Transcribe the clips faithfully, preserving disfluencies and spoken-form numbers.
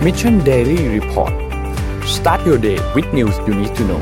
Mission Daily Report Start your day with news you need to know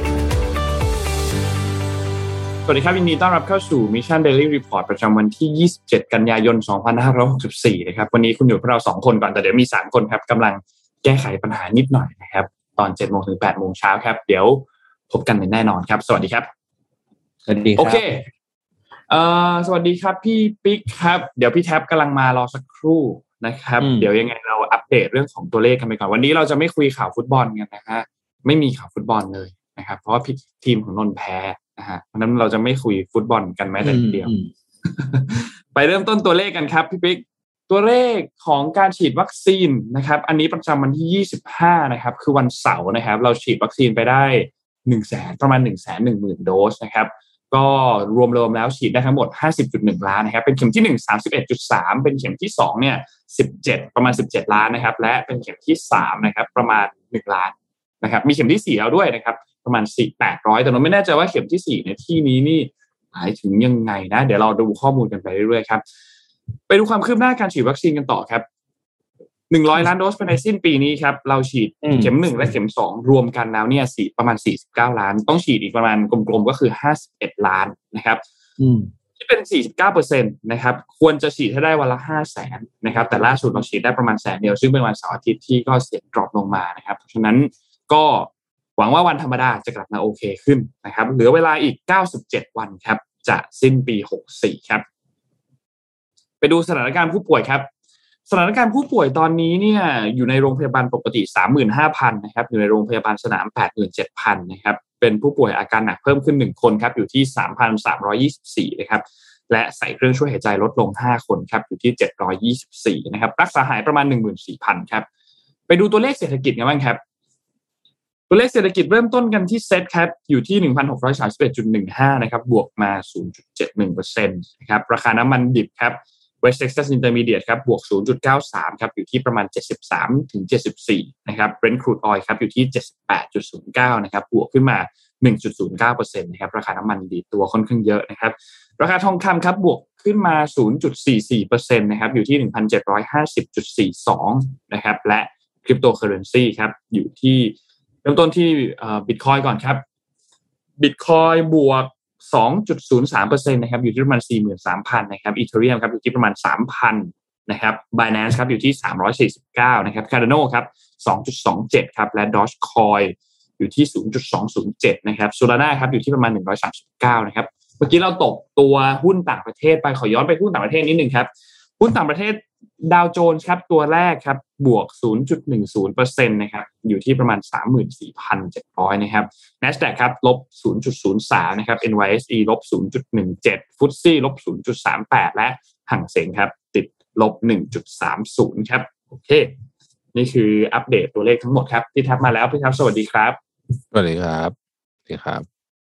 สวัสดีครับยินดีต้อนรับเข้าสู่ Mission Daily Report ประจำวันที่ยี่สิบเจ็ดกันยายนสองพันห้าร้อยหกสิบสี่นะครับวันนี้คุณอยู่กับเราสองคนก่อนแต่เดี๋ยวมีสามคนครับกำลังแก้ไขปัญหานิดหน่อยนะครับตอน เจ็ดโมง ถึง แปดโมง เช้าครับเดี๋ยวพบกันแน่นอนครับสวัสดีครับสวัสดีครับโอเคเอ่อสวัสดีครับพี่ปิ๊กครับเดี๋ยวพี่แท็บกำลังมารอสักครู่นะครับเดี๋ยวยังไงเราอัปเดตเรื่องของตัวเลขกันไปก่อนวันนี้เราจะไม่คุยข่าวฟุตบอลกันนะฮะไม่มีข่าวฟุตบอลเลยนะครับเพราะว่าทีมของนนท์แพ้นะฮะเพราะนั้นเราจะไม่คุยฟุตบอลกันแม้แต่นิดเดียวไปเริ่มต้นตัวเลขกันครับพี่ปิ๊กตัวเลขของการฉีดวัคซีนนะครับอันนี้ประจำวันที่ยี่สิบห้านะครับคือวันเสาร์นะครับเราฉีดวัคซีนไปได้ หนึ่งแสน ประมาณ หนึ่งแสนหนึ่งหมื่น โดสนะครับก็รวมๆแล้วฉีดได้ทั้งหมด ห้าสิบจุดหนึ่ง ล้านนะครับเป็นเข็มที่หนึ่ง สามสิบเอ็ดจุดสาม เป็นเข็มที่สองเนี่ยสิบเจ็ดประมาณสิบเจ็ดล้านนะครับและเป็นเข็มที่สามนะครับประมาณหนึ่งล้านนะครับมีเข็มที่สี่แล้วด้วยนะครับประมาณสี่ แปดร้อยแต่เราไม่แน่ใจว่าเข็มที่สี่ในที่นี้นี่หมายถึงยังไงนะเดี๋ยวเราดูข้อมูลกันไปเรื่อยๆครับไปดูความคืบหน้าการฉีดวัคซีนกันต่อครับหนึ่งร้อยล้านโดสภายในสิ้นปีนี้ครับเราฉีดเข็มหนึ่งและเข็มสองรวมกันแล้วเนี่ยสี่ประมาณสี่สิบเก้าล้านต้องฉีดอีกประมาณกลมๆก็คือห้าสิบเอ็ดล้านนะครับอืมที่เป็น สี่สิบเก้าเปอร์เซ็นต์ นะครับควรจะฉีดให้ได้วันละ ห้าแสน นะครับแต่ล่าสุดเราฉีดได้ประมาณแสนเดียวซึ่งเป็นวันเสาร์อาทิตย์ที่ก็เสียงดรอปลงมานะครับเพราะฉะนั้นก็หวังว่าวันธรรมดาจะกลับมาโอเคขึ้นนะครับเหลือเวลาอีกเก้าสิบเจ็ดวันครับจะสิ้นปีหกสิบสี่ครับไปดูสถานการณ์ผู้ป่วยครับสถานการณ์ผู้ป่วยตอนนี้เนี่ยอยู่ในโรงพยาบาลปกติ สามหมื่นห้าพัน นะครับอยู่ในโรงพยาบาลสนาม แปดหมื่นเจ็ดพัน นะครับเป็นผู้ป่วยอาการหนักเพิ่มขึ้นหนึ่งคนครับอยู่ที่ สามพันสามร้อยยี่สิบสี่ นะครับและใส่เครื่องช่วยหายใจลดลงห้าคนครับอยู่ที่เจ็ดร้อยยี่สิบสี่นะครับรักษาหายประมาณ หนึ่งหมื่นสี่พัน ครับไปดูตัวเลขเศรษฐกิจกันบ้างครับตัวเลขเศรษฐกิจเริ่มต้นกันที่เซตครับอยู่ที่ หนึ่งพันหกร้อยสามสิบเอ็ดจุดหนึ่งห้า นะครับบวกมา ศูนย์จุดเจ็ดหนึ่งเปอร์เซ็นต์ นะครับราคาน้ำมันดิบครับWest Texas Intermediate ครับบวก ศูนย์จุดเก้าสาม ครับอยู่ที่ประมาณ เจ็ดสิบสามถึงเจ็ดสิบสี่ นะครับ Brent Crude Oil ครับอยู่ที่ เจ็ดสิบแปดจุดศูนย์เก้า นะครับบวกขึ้นมา หนึ่งจุดศูนย์เก้าเปอร์เซ็นต์ นะครับราคาน้ำมันดีตัวค่อนข้างเยอะนะครับราคาทองคำครับบวกขึ้นมา ศูนย์จุดสี่สี่เปอร์เซ็นต์ นะครับอยู่ที่ หนึ่งพันเจ็ดร้อยห้าสิบจุดสี่สอง นะครับและคริปโตเคอเรนซีครับอยู่ที่เริ่มต้นที่เอ่อ Bitcoin ก่อนครับ Bitcoin บวกสองจุดศูนย์สามเปอร์เซ็นต์ นะครับอยู่ที่ประมาณ สี่หมื่นสามพัน นะครับ Ethereum ครับอยู่ที่ประมาณ สามพัน นะครับ Binance ครับอยู่ที่สามร้อยสี่สิบเก้านะครับ Cardano ครับ สองจุดสองเจ็ด ครับและ Dogecoin อยู่ที่ ศูนย์จุดสองศูนย์เจ็ด นะครับ Solana ครับอยู่ที่ประมาณหนึ่งร้อยสามสิบเก้านะครับเมื่อกี้เราตกตัวหุ้นต่างประเทศไปขอย้อนไปหุ้นต่างประเทศนิดนึงครับหุ้นต่างประเทศดาวโจนส์ครับตัวแรกครับบวก ศูนย์จุดหนึ่งศูนย์เปอร์เซ็นต์ นะครับอยู่ที่ประมาณ สามหมื่นสี่พันเจ็ดร้อย นะครับ Nasdaq ครับลบ ศูนย์จุดศูนย์สาม นะครับ เอ็น วาย เอส อี ลบ ศูนย์จุดหนึ่งเจ็ด เอฟ ที เอ เอส อี ลบ ศูนย์จุดสามแปด และหั่งเส็งครับติดลบ หนึ่งจุดสามศูนย์ ครับโอเคนี่คืออัปเดตตัวเลขทั้งหมดครับที่ทับมาแล้วพี่ทับสวัสดีครับสวัสดีครับสวัสดีครับ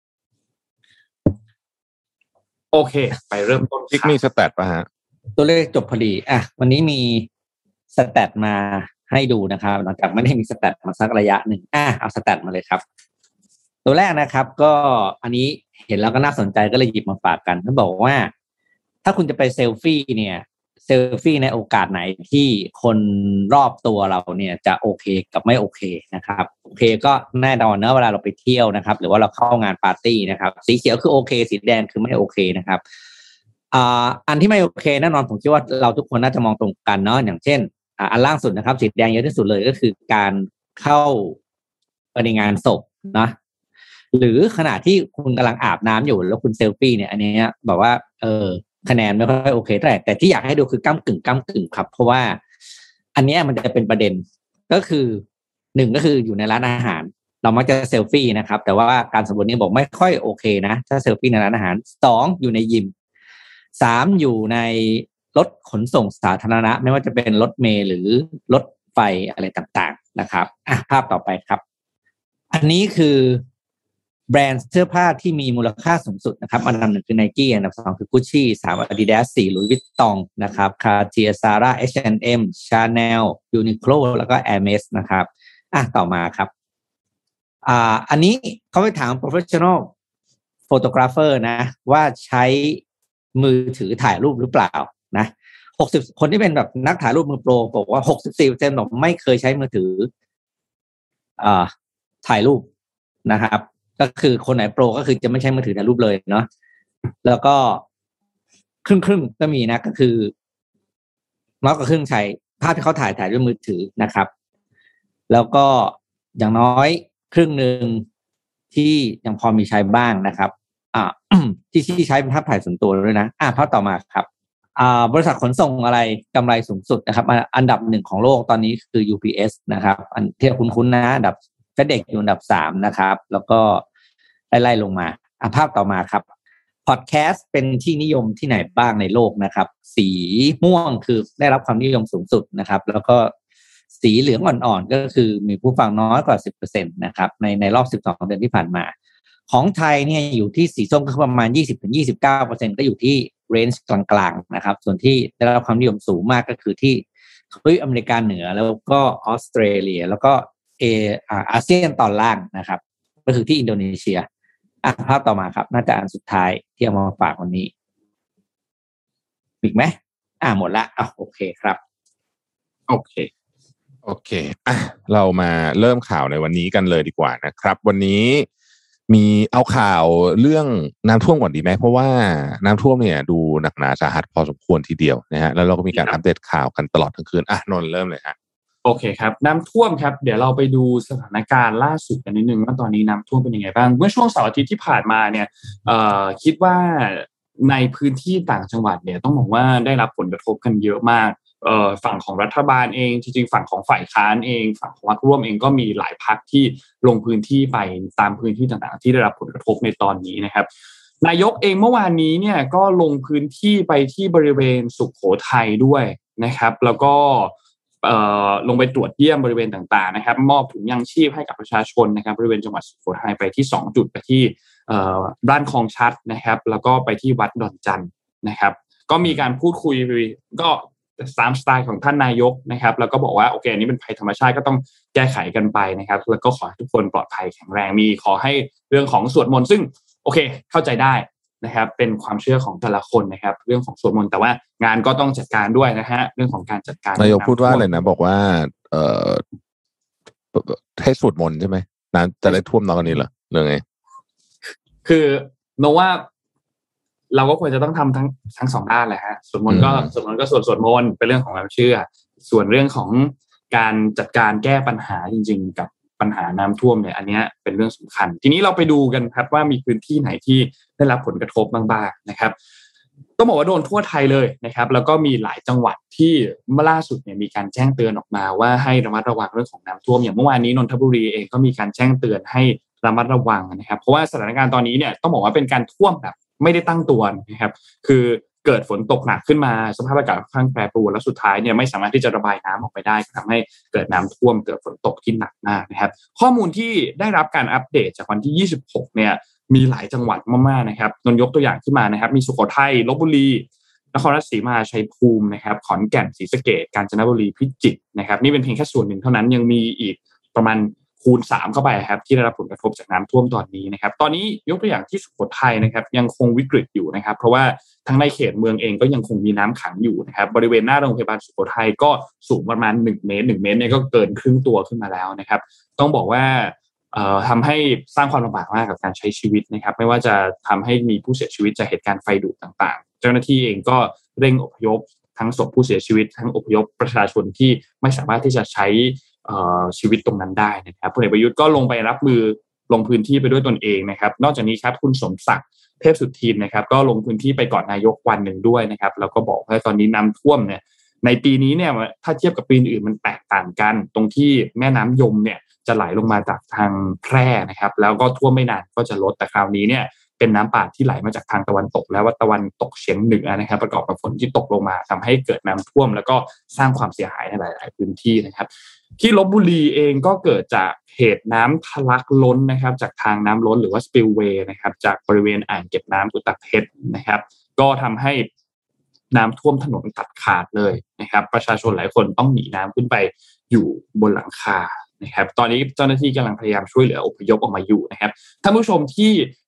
โอเคไปเริ่มต้นพิกมีสแตทป่ะฮะตัวเลขจบพอดีอ่ะวันนี้มีสแตทมาให้ดูนะครับหลังจากไม่ได้มีสแตทมาสักระยะหนึ่งอ่ะเอาสแตทมาเลยครับตัวแรกนะครับก็อันนี้เห็นแล้วก็น่าสนใจก็เลยหยิบมาฝากกันเขาบอกว่าถ้าคุณจะไปเซลฟี่เนี่ยเซลฟี่ในโอกาสไหนที่คนรอบตัวเราเนี่ยจะโอเคกับไม่โอเคนะครับโอเคก็แน่นอนเนอะเวลาเราไปเที่ยวนะครับหรือว่าเราเข้างานปาร์ตี้นะครับสีเขียวคือโอเคสีแดงคือไม่โอเคนะครับอ่าอันที่ไม่โอเคแน่นอนผมคิดว่าเราทุกคนน่าจะมองตรงกันเนาะอย่างเช่นอ่าอันล่างสุดนะครับสีแดงเยอะที่สุดเลยก็คือการเข้าไปในงานศพนะหรือขณะที่คุณกำลังอาบน้ำอยู่แล้วคุณเซลฟี่เนี่ยอันนี้แบบว่าเออคะแนนไม่ค่อยโอเคเท่าไหร่แต่ที่อยากให้ดูคือก้ำกึ่งก้ำกึ่งครับเพราะว่าอันนี้มันจะเป็นประเด็นก็คือหนึ่งก็คืออยู่ในร้านอาหารเรามักจะเซลฟี่นะครับแต่ว่าการสำรวจนี้บอกไม่ค่อยโอเคนะถ้าเซลฟี่ในร้านอาหารสองอยู่ในยิมสามอยู่ในรถขนส่งสาธารณะไม่ว่าจะเป็นรถเมล์หรือรถไฟอะไรต่างๆนะครับอ่ะภาพต่อไปครับอันนี้คือแบรนด์เสื้อผ้าที่มีมูลค่าสูงสุดนะครับอันดับหนึ่งคือ Nike อันดับสองคือ Gucci สาม Adidas สี่ Louis Vuitton นะครับ Cartier Zara เอช แอนด์ เอ็ม Chanel Uniqlo แล้วก็ Hermes นะครับอ่ะต่อมาครับอ่าอันนี้เขาไปถาม professional photographer นะว่าใช้มือถือถ่ายรูปหรือเปล่านะหกสิบคนที่เป็นแบบนักถ่ายรูปมือโปรบอกว่า หกสิบสี่เปอร์เซ็นต์ บอกไม่เคยใช้มือถืออ่าถ่ายรูปนะครับก็คือคนไหนโปรก็คือจะไม่ใช้มือถือถ่ายรูปเลยเนาะแล้วก็ครึ่งๆก็มีนะก็คือน้อยกว่าครึ่งใช้ภาพที่เขาถ่ายถ่ายด้วยมือถือนะครับแล้วก็อย่างน้อยครึ่งนึงที่ยังพอมีใช้บ้างนะครับอ่า ที่ที่ใช้เป็นภาพถ่ายส่วนตัวด้วยนะอ่าภาพต่อมาครับอ่าบริษัทขนส่งอะไรกำไรสูงสุดนะครับอันดับหนึ่งของโลกตอนนี้คือ ยู พี เอส นะครับอันที่คุ้นๆนะอันดับ FedEx อยู่อันดับสามนะครับแล้วก็ไล่ๆลงมาอ่ะภาพต่อมาครับพอดแคสต์เป็นที่นิยมที่ไหนบ้างในโลกนะครับสีม่วงคือได้รับความนิยมสูงสุดนะครับแล้วก็สีเหลืองอ่อนๆก็คือมีผู้ฟังน้อยกว่า สิบเปอร์เซ็นต์ นะครับในในรอบสิบสองเดือนที่ผ่านมาของไทยเนี่ยอยู่ที่สีส้มก็ประมาณ ยี่สิบถึงยี่สิบเก้าเปอร์เซ็นต์ ก็อยู่ที่เรนจ์กลางๆนะครับส่วนที่ได้รับความนิยมสูงมากก็คือที่ทวีปอเมริกาเหนือแล้วก็ออสเตรเลียแล้วก็เออาเซียนตอนล่างนะครับก็คือที่อินโดนีเซียอ่ะภาพต่อมาครับน่าจะอันสุดท้ายที่เอามาฝากวันนี้อีกไหมอ่ะหมดละอ่ะโอเคครับโอเคโอเคอ่ะเรามาเริ่มข่าวในวันนี้กันเลยดีกว่านะครับวันนี้มีเอาข่าวเรื่องน้ำท่วมก่อนดีไหมเพราะว่าน้ำท่วมเนี่ยดูหนักหนาสาหัสพอสมควรทีเดียวนะฮะแล้วเราก็มีการอัปเดตข่าวกันตลอดทั้งคืนอ่ะนนท์เริ่มเลยฮะโอเคครับน้ำท่วมครับเดี๋ยวเราไปดูสถานการณ์ล่าสุดกันนิดนึงว่าตอนนี้น้ำท่วมเป็นยังไงบ้างเมื่อช่วงเสาร์อาทิตย์ที่ผ่านมาเนี่ยเอ่อคิดว่าในพื้นที่ต่างจังหวัดเนี่ยต้องบอกว่าได้รับผลกระทบกันเยอะมากเอ่อฝั่งของรัฐบาลเองจริงๆฝั่งของฝ่ายค้านเองฝั่งของพรรคร่วมเองก็มีหลายพรรคที่ลงพื้นที่ไปตามพื้นที่ต่างๆที่ได้รับผลกระทบในตอนนี้นะครับนายกเองเมื่อวานนี้เนี่ยก็ลงพื้นที่ไปที่บริเวณสุโขทัยด้วยนะครับแล้วก็ลงไปตรวจเยี่ยมบริเวณต่างๆนะครับมอบถุงยังชีพให้กับประชาชนนะครับบริเวณจังหวัดสุโขทัยไปที่สองจุดไปที่บ้านคลองชัดนะครับแล้วก็ไปที่วัดดอนจันทร์นะครับก็มีการพูดคุยก็ตามสไตล์ของท่านนายกนะครับแล้วก็บอกว่าโอเคอันนี้เป็นภัยธรรมชาติก็ต้องแก้ไขกันไปนะครับแล้วก็ขอให้ทุกคนปลอดภัยแข็งแรงมีขอให้เรื่องของสวดมนต์ซึ่งโอเคเข้าใจได้นะครับเป็นความเชื่อของแต่ละคนนะครับเรื่องของสวดมนต์แต่ว่างานก็ต้องจัดการด้วยนะฮะเรื่องของการจัดการนายกพูดว่าอะไรนะบอกว่าเอ่อให้สวดมนต์ใช่ไหมน้ำจะได้ท่วมน้อยกว่านี้เหรอหรือไงคือโนว่าเราก็ควรจะต้องทำทั้งทั้งสองด้านแหละฮะสวดมนต์ก็สวดมนต์ก็สวดสวดมนต์เป็นเรื่องของความเชื่อส่วนเรื่องของการจัดการแก้ปัญหาจริงๆกับปัญหาน้ำท่วมเนี่ยอันนี้เป็นเรื่องสำคัญทีนี้เราไปดูกันครับว่ามีพื้นที่ไหนที่ได้รับผลกระทบบ้างๆนะครับต้องบอกว่าโดนทั่วไทยเลยนะครับแล้วก็มีหลายจังหวัดที่เมื่อล่าสุดเนี่ยมีการแจ้งเตือนออกมาว่าให้ระมัดระวังเรื่องของน้ำท่วมอย่างเมื่อวานนี้นนทบุรีเองก็มีการแจ้งเตือนให้ระมัดระวังนะครับเพราะว่าสถานการณ์ตอนนี้เนี่ยต้องบอกว่าเป็นการท่วมแบบไม่ได้ตั้งตัวนะครับคือเกิดฝนตกหนักขึ้นมาสภาพอากาศค่อนข้างแปรปรวนแล้วสุดท้ายเนี่ยไม่สามารถที่จะระบายน้ำออกไปได้ทำให้เกิดน้ำท่วมเกิดฝนตกที่หนักมากนะครับข้อมูลที่ได้รับการอัปเดตจากวันที่ยี่สิบหกเนี่ยมีหลายจังหวัดมากๆนะครับนนยกตัวอย่างขึ้นมานะครับมีสุโขทัยลพบุรีนครราชสีมาชัยภูมินะครับขอนแก่นศรีสะเกษกาญจนบุรีพิจิตรนะครับนี่เป็นเพียงแค่ส่วนหนึ่งเท่านั้นยังมีอีกประมาณคูณสามเข้าไปครับที่ได้รับผลกระทบจากน้ำท่วมตอนนี้นะครับตอนนี้ยกตัวอย่างที่สุโขทัยนะครับยังคงวิกฤตอยู่นะครับเพราะว่าทั้งในเขตเมืองเองก็ยังคงมีน้ำขังอยู่นะครับบริเวณหน้าโรงพยาบาลสุโขทัยก็สูงประมาณหนึ่งเมตรหนึ่งเมตรเนี่ยก็เกินครึ่งตัวขึ้นมาแล้วนะครับต้องบอกว่าเอ่อทำให้สร้างความลำบากมากกับการใช้ชีวิตนะครับไม่ว่าจะทำให้มีผู้เสียชีวิตจากเหตุการณ์ไฟดูดต่างๆเจ้าหน้าที่เองก็เร่งอพยพทั้งศพผู้เสียชีวิตทั้งอพยพประชาชนที่ไม่สามารถที่จะใช้ชีวิตตรงนั้นได้นะครับพลเอกประยุทธ์ก็ลงไปรับมือลงพื้นที่ไปด้วยตนเองนะครับนอกจากนี้ครับคุณสมศักดิ์เทพสุทินนะครับก็ลงพื้นที่ไปก่อนนายกวันหนึ่งด้วยนะครับแล้วก็บอกว่าตอนนี้น้ำท่วมเนี่ยในปีนี้เนี่ยถ้าเทียบกับปีอื่นมันแตกต่างกันตรงที่แม่น้ำยมเนี่ยจะไหลลงมาจากทางแพร่นะครับแล้วก็ท่วมไม่นานก็จะลดแต่คราวนี้เนี่ยเป็นน้ำป่าที่ไหลมาจากทางตะวันตกและว่าตะวันตกเฉียงเหนือนะครับประกอบกับฝนที่ตกลงมาทำให้เกิดน้ำท่วมแล้วก็สร้างความเสียหายในหลายๆพื้นที่นะครับที่ลพบุรีเองก็เกิดจากเหตุน้ำทะลักล้นนะครับจากทางน้ำล้นหรือว่า spillway นะครับจากบริเวณอ่างเก็บน้ำกุตเพชรนะครับก็ทำให้น้ำท่วมถนนตัดขาดเลยนะครับประชาชนหลายคนต้องหนีน้ำขึ้นไปอยู่บนหลังคานะครับตอนนี้เจ้าหน้าที่กำลังพยายามช่วยเหลืออพยพออกมาอยู่นะครับท่านผู้ชมที่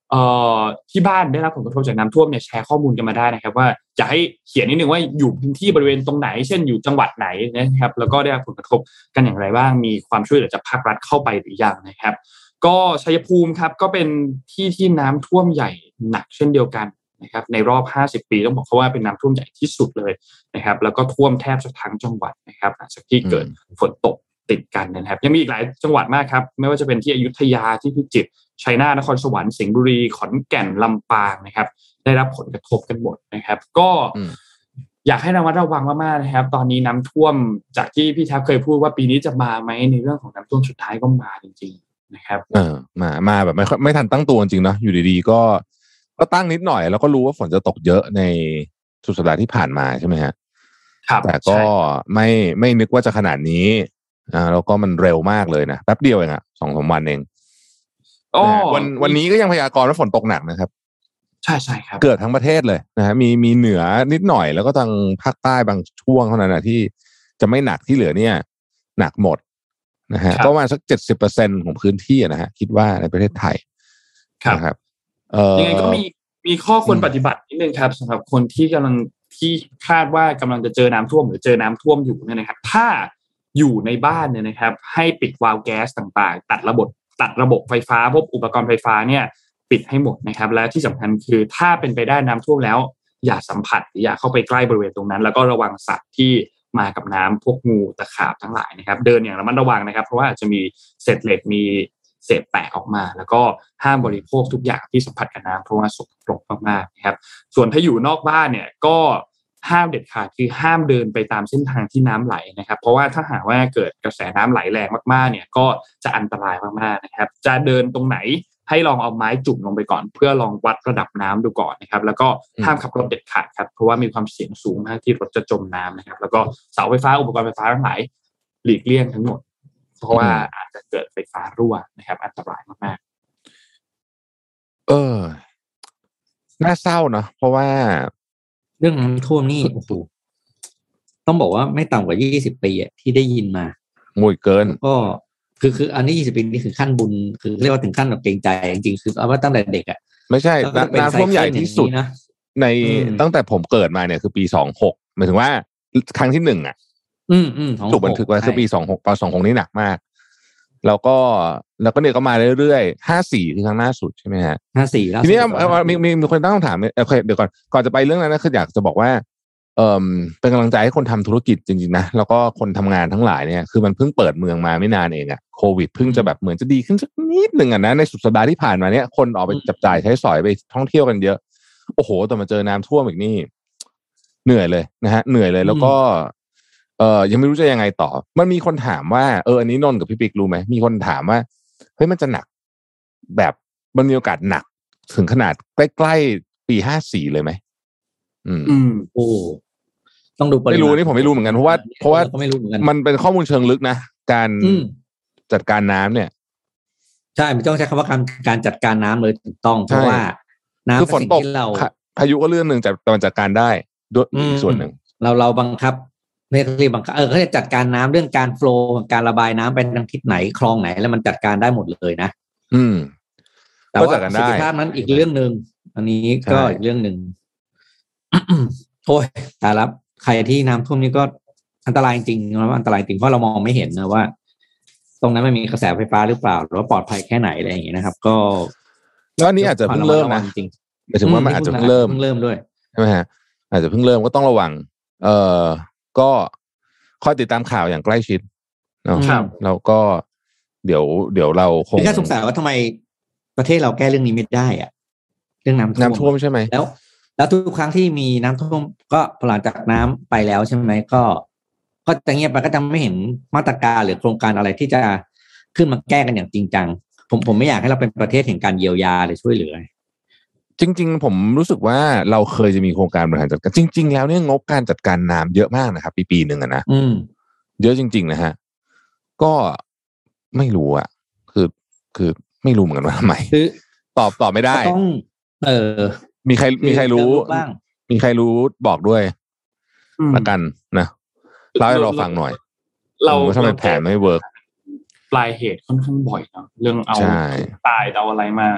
เอ่อที่บ้านได้รับผลกระทบจากน้ำท่วมเนี่ยแชร์ข้อมูลกันมาได้นะครับว่าจะให้เขียนนิดนึงว่าอยู่พื้นที่บริเวณตรงไหนเช่นอยู่จังหวัดไหนนะครับแล้วก็ได้รับผลกระทบกันอย่างไรบ้างมีความช่วยเหลือจากภาครัฐเข้าไปหรือยังนะครับก็ชัยภูมิครับก็เป็นที่ที่น้ำท่วมใหญ่หนักเช่นเดียวกันนะครับในรอบห้าสิบปีต้องบอกเขาว่าเป็นน้ำท่วมใหญ่ที่สุดเลยนะครับแล้วก็ท่วมแทบจะทั้งจังหวัดนะครับหลังจากที่เกิดฝนตกติดกันนะครับยังมีอีกหลายจังหวัดมากครับไม่ว่าจะเป็นที่อยุธยาที่พิจิตรชัยนาทนครสวรรค์สิงห์บุรีขอนแก่นลำปางนะครับได้รับผลกระทบกันหมดนะครับก็อยากให้ระมัดระวังมากๆนะครับตอนนี้น้ำท่วมจากที่พี่แทบเคยพูดว่าปีนี้จะมาไหมในเรื่องของน้ำท่วมสุดท้ายก็มาจริงๆนะครับเออมามาแบบไม่ไม่ทันตั้งตัวจริงเนาะอยู่ดีๆก็ก็ตั้งนิดหน่อยแล้วก็รู้ว่าฝนจะตกเยอะในสุดสัปดาห์ที่ผ่านมาใช่ไหมฮะครับแต่ก็ไม่ไม่นึกว่าจะขนาดนี้อ่าแล้วก็มันเร็วมากเลยนะแป๊บเดียวเองอะสองสามวันเองวันวันนี้ก็ยังพยากรณ์ว่าฝนตกหนักนะครับใช่ใช่ครับเกิดทั้งประเทศเลยนะฮะมีมีเหนือนิดหน่อยแล้วก็ทางภาคใต้บางช่วงเท่านั้นนะที่จะไม่หนักที่เหลือเนี่ยหนักหมดนะฮะก็ประมาณสักเจ็ดสิบเปอร์เซ็นต์ของพื้นที่นะฮะคิดว่าในประเทศไทยนะครับยังไงก็มีมีข้อควรปฏิบัตินิดนึงครับสำหรับคนที่กำลังที่คาดว่ากำลังจะเจอน้ำท่วมหรือเจอน้ำท่วมอยู่เนี่ยนะครับถ้าอยู่ในบ้านเนี่ยนะครับให้ปิดวาล์วแก๊สต่างๆตัดระบบตัดระบบไฟฟ้าพวกอุปกรณ์ไฟฟ้าเนี่ยปิดให้หมดนะครับและที่สำคัญคือถ้าเป็นไปได้น้ำท่วมแล้วอย่าสัมผัสหรืออย่าเข้าไปใกล้บริเวณตรงนั้นแล้วก็ระวังสัตว์ที่มากับน้ำพวกงูตะขาบทั้งหลายนะครับเดินอย่างระมัดระวังนะครับเพราะว่าอาจจะมีเศษเหล็กมีเศษแตกออกมาแล้วก็ห้ามบริโภคทุกอย่างที่สัมผัสกับน้ำเพราะว่าสกปรกมากๆนะครับส่วนถ้าอยู่นอกบ้านเนี่ยก็ห้ามเด็ดขาดคือห้ามเดินไปตามเส้นทางที่น้ำไหลนะครับเพราะว่าถ้าหากว่าเกิดกระแสน้ำไหลแรงมากๆเนี่ยก็จะอันตรายมากๆนะครับจะเดินตรงไหนให้ลองเอาไม้จุ่มลงไปก่อนเพื่อลองวัดระดับน้ำดูก่อนนะครับแล้วก็ห้ามขับรถเด็ดขาดครับเพราะว่ามีความเสี่ยงสูงมากที่รถจะจมน้ำนะครับแล้วก็เสาไฟฟ้าอุปกรณ์ไฟฟ้าทั้งหลายหลีกเลี่ยงทั้งหมดเพราะว่าอาจจะเกิดไฟฟ้ารั่วนะครับอันตรายมากๆเออน่าเศร้าเนาะเพราะว่าเรื่องน้ำท่วมนี่โอ้โหต้องบอกว่าไม่ต่ำกว่ายี่สิบปีอ่ะที่ได้ยินมาโง่เกินก็คือคืออันนี้ยี่สิบปีนี่คือขั้นบุญคือเรียกว่าถึงขั้นแบบเกรงใจจริงๆคือเอาว่าตั้งแต่เด็กอ่ะไม่ใช่น้ำท่วมใหญ่ที่สุดนะในตั้งแต่ผมเกิดมาเนี่ยคือปีสองหกหมายถึงว่าครั้งที่หนึ่งอ่ะอืมอืมถูกบันทึกไว้คือปีสองหกตอนสองหกนี่หนักมากแล้วก็แล้วก็เนี่ยก็มาเรื่อยๆห้าสี่คือครั้งล่าสุดใช่ไหมฮะห้าสี่แล้วทีนี้มีมีมีคนตั้งคำถามโอเคเดี๋ยวก่อนก่อนจะไปเรื่องนั้นนะคืออยากจะบอกว่าเอ่อเป็นกำลังใจให้คนทำธุรกิจจริงๆนะแล้วก็คนทำงานทั้งหลายเนี่ยคือมันเพิ่งเปิดเมืองมาไม่นานเองอะโควิดเพิ่งจะแบบเหมือนจะดีขึ้นสักนิดหนึ่งอะนะในสุดสัปดาห์ที่ผ่านมาเนี่ยคนออกไปจับจ่ายใช้สอยไปท่องเที่ยวกันเยอะโอ้โหแต่มาเจอน้ำท่วมอีกนี่เหนื่อยเลยนะฮะเหนื่อยเลยแล้วก็เอ่อยังไม่รู้จะยังไงต่อมันมีคนถามว่าเอออันนี้นนท์กับพี่ปิ๊กรู้ไหมมีคนถามว่าเฮ้ยมันจะหนักแบบมันมีโอกาสหนักถึงขนาดใกล้ๆปีห้าสี่เลยไหมอืมอืมโอ้ต้องดูไม่รู้นี่ผมไม่รู้เหมือนกันเพราะว่าเพราะว่ามันเป็นข้อมูลเชิงลึกนะการจัดการน้ำเนี่ยใช่ไม่ต้องใช้คำว่าการการจัดการน้ำเลยถูกต้องเพราะว่าน้ำคือฝนตกพายุก็เรื่องหนึ่งแต่มันจัดการได้ด้วยอีกส่วนหนึ่งเราเราบังคับไม่เรียกบังคับเออเขาจะจัดการน้ำเรื่องการโฟลว์การระบายน้ำไปทางทิศไหนคลองไหนแล้วมันจัดการได้หมดเลยนะอืมแต่ว่าประสิทธิภาพนั้นอีกเรื่องนึงอันนี้ก็อีกเรื่องนึงโอ้ยแต่ละใครที่น้ำท่วมนี่ก็อันตรายจริงนะว่าอันตรายจริงเพราะเรามองไม่เห็นนะว่าตรงนั้นมันมีกระแสไฟฟ้าหรือเปล่าหรือว่าปลอดภัยแค่ไหนอะไรอย่างเงี้ยนะครับก็แล้วอันนี้อาจจะเพิ่งเริ่มนะจริงหมายถึงว่ามันอาจจะเพิ่งเริ่มเพิ่งเริ่มด้วยใช่ไหมฮะอาจจะเพิ่งเริ่มก็ต้องระวังเอ่อก็คอยติดตามข่าวอย่างใกล้ชิดเนาะแล้วก็เดี๋ยวเดี๋ยวเราคงแค่สงสัยว่าทำไมประเทศเราแก้เรื่องนี้ไม่ได้อะเรื่องน้ำท่วมน้ำท่วมใช่ไหมแล้วแล้วทุกครั้งที่มีน้ำท่วมก็หลังจากน้ำไปแล้วใช่ไหมก็ก็จะเงียบไปก็จะไม่เห็นมาตรการหรือโครงการอะไรที่จะขึ้นมาแก้กันอย่างจริงจังผมผมไม่อยากให้เราเป็นประเทศแห่งการเยียวยาหรือช่วยเหลือจริงๆผมรู้สึกว่าเราเคยจะมีโครงการบริหารจัดการจริงๆแล้วเนี่ยงบการจัดการน้ำเยอะมากนะครับปีปีหนึ่งอะนะเยอะจริงๆนะฮะก็ไม่รู้อะคือคือไม่รู้เหมือนกันว่าทำไมตอบตอบไม่ได้ต้องเออมีใครมีใครรู้มีใครรู้บอกด้วยละกันนะเล่าให้เราฟังหน่อยเราทำไมแผนไม่เวิร์กปลายเหตุค่อนข้างบ่อยเนาะเรื่องเอาตายเอาอะไรมา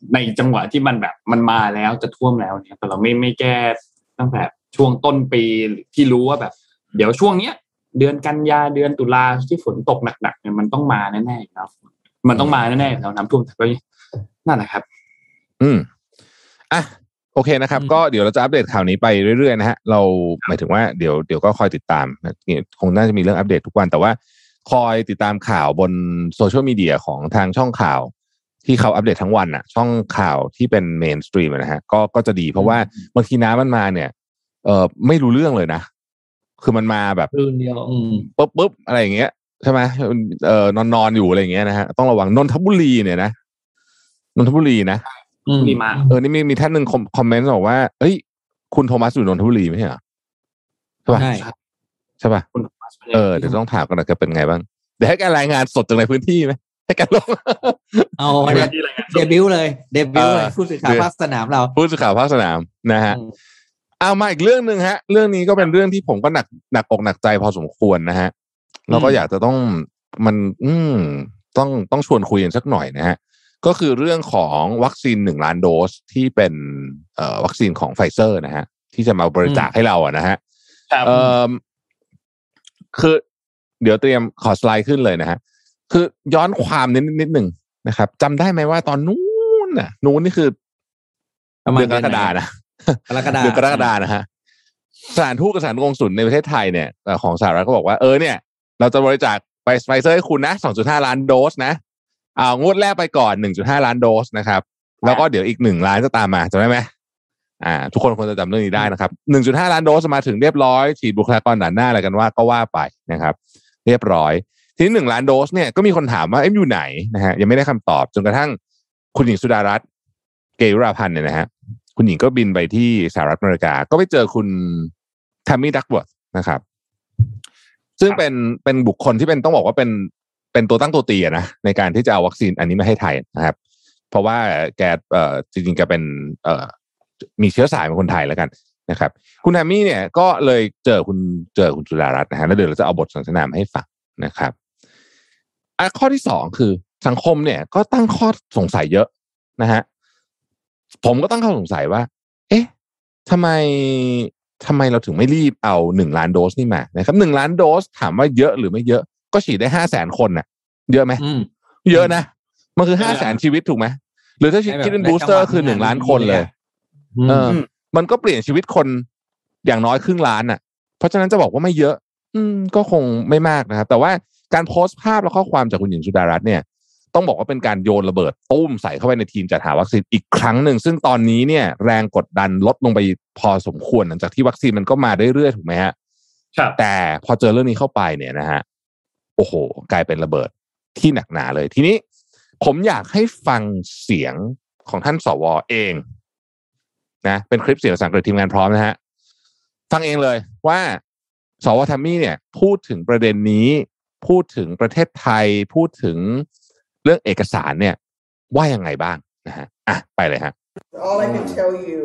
ในจังหวะที่มันแบบมันมาแล้วจะท่วมแล้วเนี่ยแต่เราไม่ไม่แก้ตั้งแต่ช่วงต้นปีที่รู้ว่าแบบเดี๋ยวช่วงเนี้ยเดือนกันยาเดือนตุลาที่ฝนตกหนักๆเนี่ยมันต้องมาแน่ๆครับมันต้องมาแน่ๆแล้วน้ำท่วมแต่ก็นั่นแหละครับอืมอ่ะโอเคนะครับก็เดี๋ยวเราจะอัปเดตข่าวนี้ไปเรื่อยๆนะฮะเราหมายถึงว่าเดี๋ยวเดี๋ยวก็คอยติดตามคงน่าจะมีเรื่องอัปเดตทุกวันแต่ว่าคอยติดตามข่าวบนโซเชียลมีเดียของทางช่องข่าวที่เขาอัปเดตทั้งวันน่ะช่องข่าวที่เป็นเมนสตรีมนะฮะก็ก็จะดีเพราะว่าบางทีน้ำมันมาเนี่ยเอ่อไม่รู้เรื่องเลยนะคือมันมาแบบรื่นเดียวปุ๊บปุ๊บอะไรอย่างเงี้ยใช่ไหมเอ่อนอนนอนอยู่อะไรอย่างเงี้ยนะฮะต้องระวังนนทบุรีเนี่ยนะนนทบุรีนะมีมาเออนี่มีมีท่านหนึ่งคอมเมนต์บอกว่าเอ้ยคุณโทมัสอยู่นนทบุรีไม่ใช่เหรอใช่ป่ะใช่ป่ะเออเดี๋ยวต้องถามกันนะจะเป็นไงบ้างเดี๋ยวให้การรายงานสดจากในพื้นที่ไหมให้การลงเอาเดบิวต์เลยเดบิวต์เลยผู้สื่อข่าวภาคสนามเราผู้สื่อข่าวภาคสนามนะฮะเอามาอีกเรื่องนึงฮะเรื่องนี้ก็เป็นเรื่องที่ผมก็หนักหนักอกหนักใจพอสมควรนะฮะแล้วก็อยากจะต้องมันอืมต้องต้องชวนคุยกันสักหน่อยนะฮะก็คือเรื่องของวัคซีนหนึ่งล้านโดสที่เป็นเอ่อวัคซีนของไฟเซอร์นะฮะที่จะมาบริจาคให้เราอะนะฮะเอ่อคือเดี๋ยวเตรียมขอสไลด์ขึ้นเลยนะฮะคือย้อนความนิดนิดหนึ่งนะครับจำได้ไหมว่าตอนนู้นน่ะนู้นนี่คือเดือนกรกฎาคมนะเดือนกรกฎาคมนะฮะสถานทูตกับสถานกงสุลในประเทศไทยเนี่ยของสหรัฐก็บอกว่าเออเนี่ยเราจะบริจาคไปไฟเซอร์ให้คุณนะ สองจุดห้า ล้านโดสนะเอางวดแรกไปก่อน หนึ่งจุดห้า ล้านโดสนะครับแล้วก็เดี๋ยวอีกหนึ่งล้านจะตามมาจำได้ไหมอ่าทุกคนควรจะจำเรื่องนี้ได้นะครับ หนึ่งจุดห้า ล้านโดสมาถึงเรียบร้อยฉีดบุคลากรด่านหน้าอะไรกันว่าก็ว่าไปนะครับเรียบร้อยทีนี้หนึ่งล้านโดสเนี่ยก็มีคนถามว่าเอ๊ะอยู่ไหนนะฮะยังไม่ได้คำตอบจนกระทั่งคุณหญิงสุดารัตน์เกยุราพันธ์เนี่ยนะฮะคุณหญิงก็บินไปที่สหรัฐอเมริกาก็ไปเจอคุณแทมมี่ดักเวิร์ธนะครับซึ่งเป็นเป็นบุคคลที่เป็นต้องบอกว่าเป็นเป็นตัวตั้งตัวตีนะในการที่จะเอาวัคซีนอันนี้มาให้ไทยนะครับเพราะว่าแกเอ่อจริงๆแกเป็นเอ่อมีเชื้อสายเป็นคนไทยแล้วกันนะครับคุณแทมมี่เนี่ยก็เลยเจอคุณเจอคุณสุดารัตน์นะฮะแล้วเดี๋ยวเราจะเอาบทสนทนาให้ฟังนะครับอ่ะข้อที่สองคือสังคมเนี่ยก็ตั้งข้อสงสัยเยอะนะฮะผมก็ตั้งข้อสงสัยว่าเอ๊ะทำไมทำไมเราถึงไม่รีบเอาหนึ่งล้านโดสนี่มานะครับหนึ่งล้านโดสถามว่าเยอะหรือไม่เยอะก็ฉีดได้ห้าแสนคนน่ะเยอะไหมเยอะนะมันคือห้าแสนชีวิตถูกไหมหรือถ้าคิดเป็นบูสเตอร์คือหนึ่งล้านคนเลยเออมันก็เปลี่ยนชีวิตคนอย่างน้อยครึ่งล้านน่ะเพราะฉะนั้นจะบอกว่าไม่เยอะอืมก็คงไม่มากนะครับแต่ว่าการโพสต์ภาพและข้อความจากคุณหญิงสุดารัตน์เนี่ยต้องบอกว่าเป็นการโยนระเบิดตุ้มใส่เข้าไปในทีมจัดหาวัคซีนอีกครั้งหนึ่งซึ่งตอนนี้เนี่ยแรงกดดันลดลงไปพอสมควรหลังจากที่วัคซีนมันก็มาเรื่อยๆถูกไหมฮะแต่พอเจอเรื่องนี้เข้าไปเนี่ยนะฮะโอ้โหกลายเป็นระเบิดที่หนักหนาเลยทีนี้ผมอยากให้ฟังเสียงของท่านสวเองนะเป็นคลิปเสียงภาษาอังกฤษทีมงานพร้อมนะฮะฟังเองเลยว่าสวทัมมี่เนี่ยพูดถึงประเด็นนี้พูดถึงประเทศไทยพูดถึงเรื่องเอกสารเนี่ยว่ายังไงบ้างนะฮะอ่ะไปเลยฮะ All I can tell you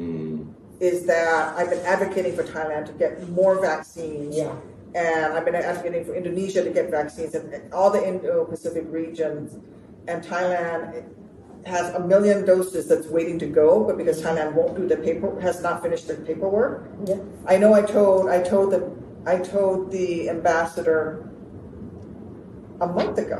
is that I've been advocating for Thailand to get more vaccines yeah. and I've been advocating for Indonesia to get vaccines and all the Indo-Pacific regions and Thailand has a million doses that's waiting to go but because Thailand won't do the paper has not finished the paperwork yeah. I know I told I told the I told the ambassador a month ago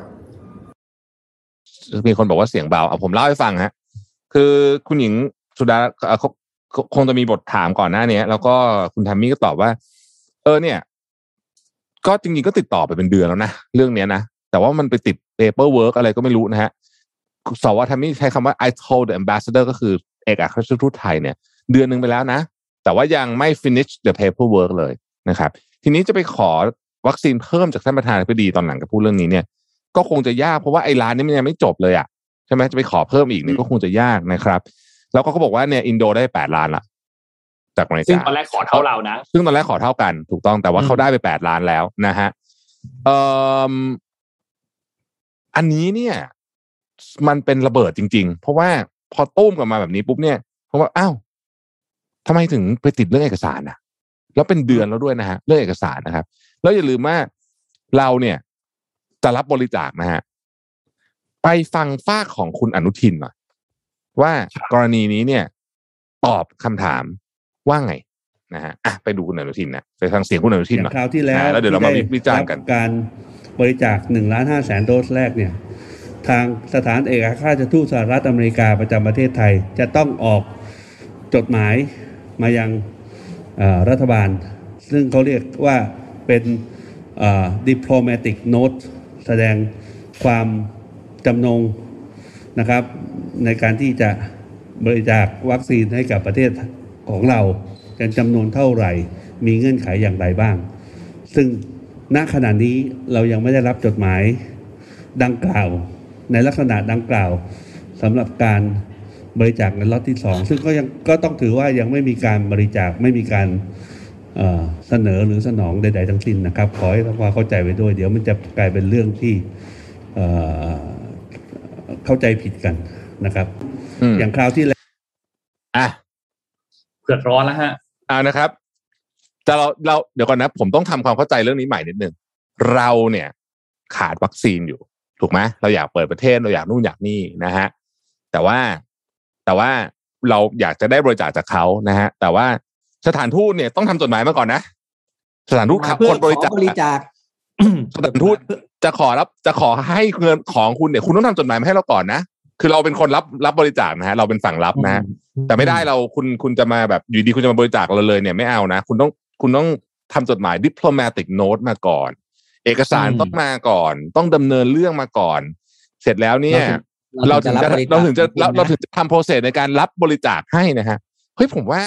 มีคนบอกว่าเสียงเบาเอาผมเล่าให้ฟังฮะคือคุณหญิงสุดาคงจะมีบทถามก่อนหน้านี้แล้วก็คุณแทมมี่ก็ตอบว่าเออเนี่ยก็จริงๆก็ติดต่อไปเป็นเดือนแล้วนะเรื่องนี้นะแต่ว่ามันไปติด paperwork อะไรก็ไม่รู้นะฮะสวแทมมี่ใช้คำว่า I told the ambassador ก็คือเอกอัครราชทูตไทยเนี่ยเดือนนึงไปแล้วนะแต่ว่ายังไม่ finish the paperwork เลยนะครับทีนี้จะไปขอวัคซีนเพิ่มจากท่านประธานาธิบดีตอนหลังก็พูดเรื่องนี้เนี่ยก็คงจะยากเพราะว่าไอ้ร้านนี้มันยังไม่จบเลยอ่ะใช่ไหมจะไปขอเพิ่มอีกเนี่ยก็คงจะยากนะครับแล้วก็เขาบอกว่าเนี่ยอินโดได้แปดล้านละจากอเมริกาซึ่งตอนแรกขอเท่าเรานะซึ่งตอนแรกขอเท่ากันถูกต้องแต่ว่าเขาได้ไปแปดล้านแล้วนะฮะเอ่ออันนี้เนี่ยมันเป็นระเบิดจริงๆเพราะว่าพอตุ้มกลับมาแบบนี้ปุ๊บเนี่ยเพราะว่าอ้าวทำไมถึงไปติดเรื่องเอกสารนะแล้วเป็นเดือนแล้วด้วยนะฮะเรื่องเอกสารนะครับแล้วอย่าลืมว่าเราเนี่ยจะรับบริจาคนะฮะไปฟังฝากของคุณอนุทินหน่อยว่ากรณีนี้เนี่ยตอบคำถามว่าไงนะฮะอ่ะไปดูคุณอนุทินนะไปฟังเสียงคุณอนุทินหน่อยคราวที่แล้วแล้วเดี๋ยวเรามาวิจารณ์กันการบริจาคหนึ่งล้านห้าแสนโดสแรกเนี่ยทางสถานเอกอัครราชทูตสหรัฐอเมริกาประจำประเทศไทยจะต้องออกจดหมายมายังรัฐบาลซึ่งเขาเรียกว่าเป็น diplomatic note แสดงความจำนงนะครับในการที่จะบริจาควัคซีนให้กับประเทศของเราเป็นจำนวนเท่าไหร่มีเงื่อนไขอย่างไรบ้างซึ่งณขณะนี้เรายังไม่ได้รับจดหมายดังกล่าวในลักษณะดังกล่าวสำหรับการบริจาคในล็อตที่สองซึ่งก็ยังก็ต้องถือว่ายังไม่มีการบริจาคไม่มีการเอ่อเสนอหรือสนองใดๆทั้งสิ้นนะครับขอให้ทำความเข้าใจไว้ด้วยเดี๋ยวมันจะกลายเป็นเรื่องที่เอ่อเข้าใจผิดกันนะครับอย่างคราวที่แล้วอ่ะเกิดร้อนแล้วฮะเอานะครับแต่เราเราเดี๋ยวก่อนนะผมต้องทำความเข้าใจเรื่องนี้ใหม่นิดนึงเราเนี่ยขาดวัคซีนอยู่ถูกไหมเราอยากเปิดประเทศเราอยากนู่นอยากนี่นะฮะแต่ว่าแต่ว่าเราอยากจะได้บริจาคจากเขานะฮะแต่ว่าสถานทูตเนี่ยต้องทำจดหมายมาก่อนนะสถานทูตขับคนบริจาคบริจาคสถานทูตจะขอรับจะขอให้เงินของคุณเนี่ยคุณต้องทำจดหมายมาให้เราก่อนนะคือเราเป็นคนรับรับบริจาคนะฮะเราเป็นฝั่งรับนะแต่ไม่ได้เราคุณคุณจะมาแบบอยู่ดีคุณจะมาบริจาคเราเลยเนี่ยไม่เอานะคุณต้องคุณต้องทำจดหมาย diplomatic note มาก่อนเอกสารต้องมาก่อนต้องดำเนินเรื่องมาก่อนเสร็จแล้วเนี่ยเราถึงจะเราถึงจะเราถึงจะทำโปรเซสในการรับบริจาคให้นะฮะเฮ้ยผมว่า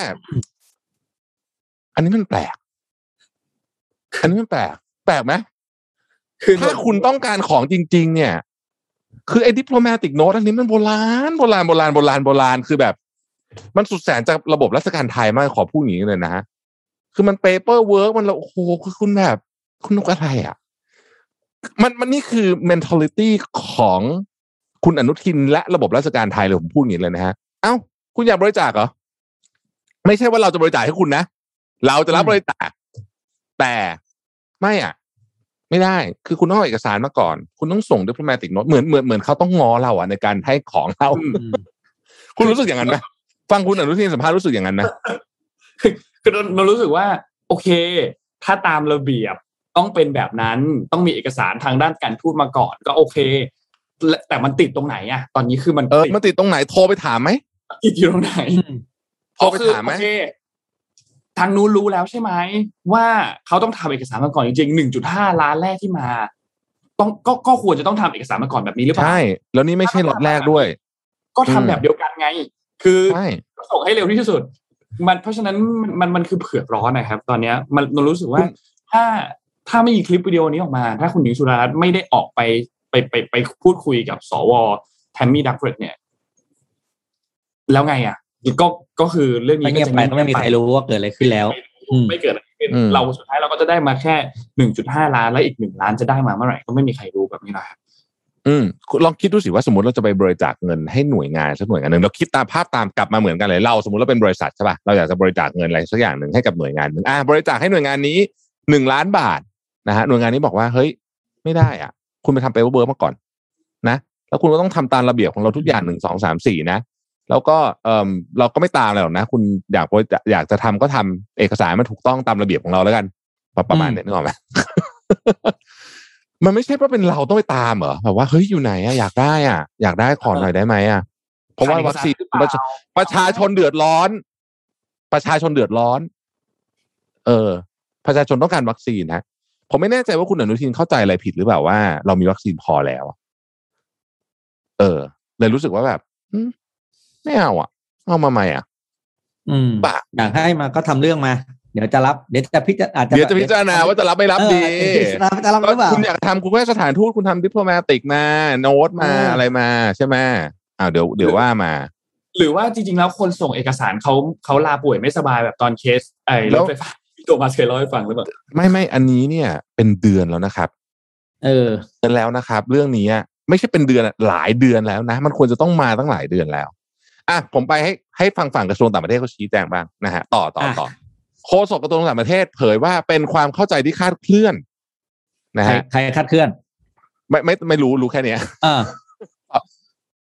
อันนี้มันแปลกอันนี้มันแปลกแปลกไหมคือถ้าคุณต้องการของจริงๆเนี่ยคือไอ้ diplomatic note อันนี้มันโบราณโบราณโบราณโบราณโบราณคือแบบมันสุดแสนจากระบบราชการไทยมากขอพูดอย่างนี้เลยนะฮะคือมัน paper work มันแล้วโอ้โหคือคุณแบบคุณนึกอะไรอ่ะมันมันนี่คือ mentality ของคุณอนุทินและระบบราชการไทยเลยผมพูดอย่างนี้เลยนะฮะเอ้าคุณอยากบริจาคเหรอไม่ใช่ว่าเราจะบริจาคให้คุณนะเราจะรับบริจาคแต่ไม่อ่ะไม่ได้คือคุณต้องเอาเอกสารมาก่อนคุณต้องส่ง diplomatic note เหมือนเหมือนเหมือนเขาต้องง้อเราอ่ะในการให้ของเราคุณรู้สึกอย่างนั้นไหมฟังคุณอนุทินสัมภาษณ์รู้สึกอย่างนั้นไหมคือเรารู้สึกว่าโอเคถ้าตามระเบียบต้องเป็นแบบนั้นต้องมีเอกสารทางด้านการทูตมาก่อนก็โอเคแต่มันติดตรงไหนอ่ะตอนนี้คือมันเออมันติดตรงไหนโทรไปถามไหมติดอยู่ตรงไหนโทรไปถามไหมทางนู้นรู้แล้วใช่ไหมว่าเขาต้องทำเอกสารมาก่อนจริงๆ หนึ่งจุดห้า ล้านแรกที่มาต้องก็ก็ควรจะต้องทำเอกสารมาก่อนแบบนี้หรือเปล่าใช่แล้วนี่ไม่ใช่ล็อตแรกด้วยก็ทำแบบเดียวกันไงคือส่งให้เร็วที่สุดมันเพราะฉะนั้นมันมันคือเผือกร้อนนะครับตอนนี้มันเรารู้สึกว่าถ้าถ้าไม่มีคลิปวิดีโอนี้ออกมาถ้าคุณหญิงสุดารัตน์ไม่ได้ออกไปไปไปไปพูดคุยกับสวแทมมี่ดักเฟรดเนี่ยแล้วไงอ่ะก็ก็คือเรื่องนี้ก็จะไปก็ไม่มีใครรู้ว่าเกิดอะไรขึ้นแล้วไม่เกิดอะไรขึ้นเราสุดท้ายเราก็จะได้มาแค่ หนึ่งจุดห้า ล้านแล้วอีกหนึ่งล้านจะได้มาเมื่อไหร่ก็ไม่มีใครรู้แบบนี้นะครับอืมลองคิดดูสิว่าสมมติเราจะไปบริจาคเงินให้หน่วยงานสักหน่วยงานนึงเราคิดตามภาพตามกลับมาเหมือนกันเลยเราสมมติเราเป็นบริษัทใช่ป่ะเราอยากจะบริจาคเงินอะไรสักอย่างนึงให้กับหน่วยงานนึงอ่ะบริจาคให้หน่วยงานนี้หนึ่งล้านบาทนะฮะหน่วยงานนี้บอกว่าเฮ้ยไม่ได้อ่ะคุณไปทำเปเปอร์เวิร์คมาก่อนนะแล้วคุณก็ต้องทำตามระเบียบของเราทุกอย่างหนึ่ง สอง สาม สี่นะแล้วก็เออเราก็ไม่ตามอะไรหรอกนะคุณอยากอยากจะทำก็ทำเอกสารมันถูกต้องตามระเบียบของเราแล้วกันประมาณนี้นึกออกไหม มันไม่ใช่ว่าเป็นเราต้องไปตามเหรอแบบว่าเฮ้ยอยู่ไหนอะอยากได้อ่ะอยากได้ขอหน่อยได้ไหมอ่ะเพราะว่าวัคซีนประชาชนเดือดร้อนประชาชนเดือดร้อนเออประชาชนต้องการวัคซีนนะผมไม่แน่ใจว่าคุณอนุทินเข้าใจอะไรผิดหรือเปล่าว่าเรามีวัคซีนพอแล้วเออเลยรู้สึกว่าแบบไม่เอาอ่ะเอามาใหม่อ่ะอืมอยากให้มาก็ทำเรื่องมาเดี๋ยวจะรับเดี๋ยวจะพิจารณาเดี๋ยวจะพิจารณาว่าจะรับไม่รับดีจะรับหรือเปล่าคุณอยากทำคุณแค่สถานทูตคุณทำดิปโลมาติกมาโน้ตมาอะไรมาใช่ไหมอ้าวเดี๋ยวเดี๋ยวว่ามาหรือว่าจริงๆแล้วคนส่งเอกสารเขาเขาลาป่วยไม่สบายแบบตอนเคสไอ้รถไฟฟ้าที่โทมัสเคยเล่าให้ฟังหรือเปล่าไม่ไม่อันนี้เนี่ยเป็นเดือนแล้วนะครับเออเดือนแล้วนะครับเรื่องนี้ไม่ใช่เป็นเดือนหลายเดือนแล้วนะมันควรจะต้องมาตั้งหลายเดือนแล้วอ่ะผมไปให้ให้ฟังฝั่งกระทรวงต่างประเทศเขาชี้แจงบ้างนะฮะต่อต่อต่อโฆษกกระทรวงต่างประเทศเผยว่าเป็นความเข้าใจที่คลาดเคลื่อนนะฮะใครคลาดเคลื่อนไม่ไม่ไม่รู้รู้แค่นี้อ่า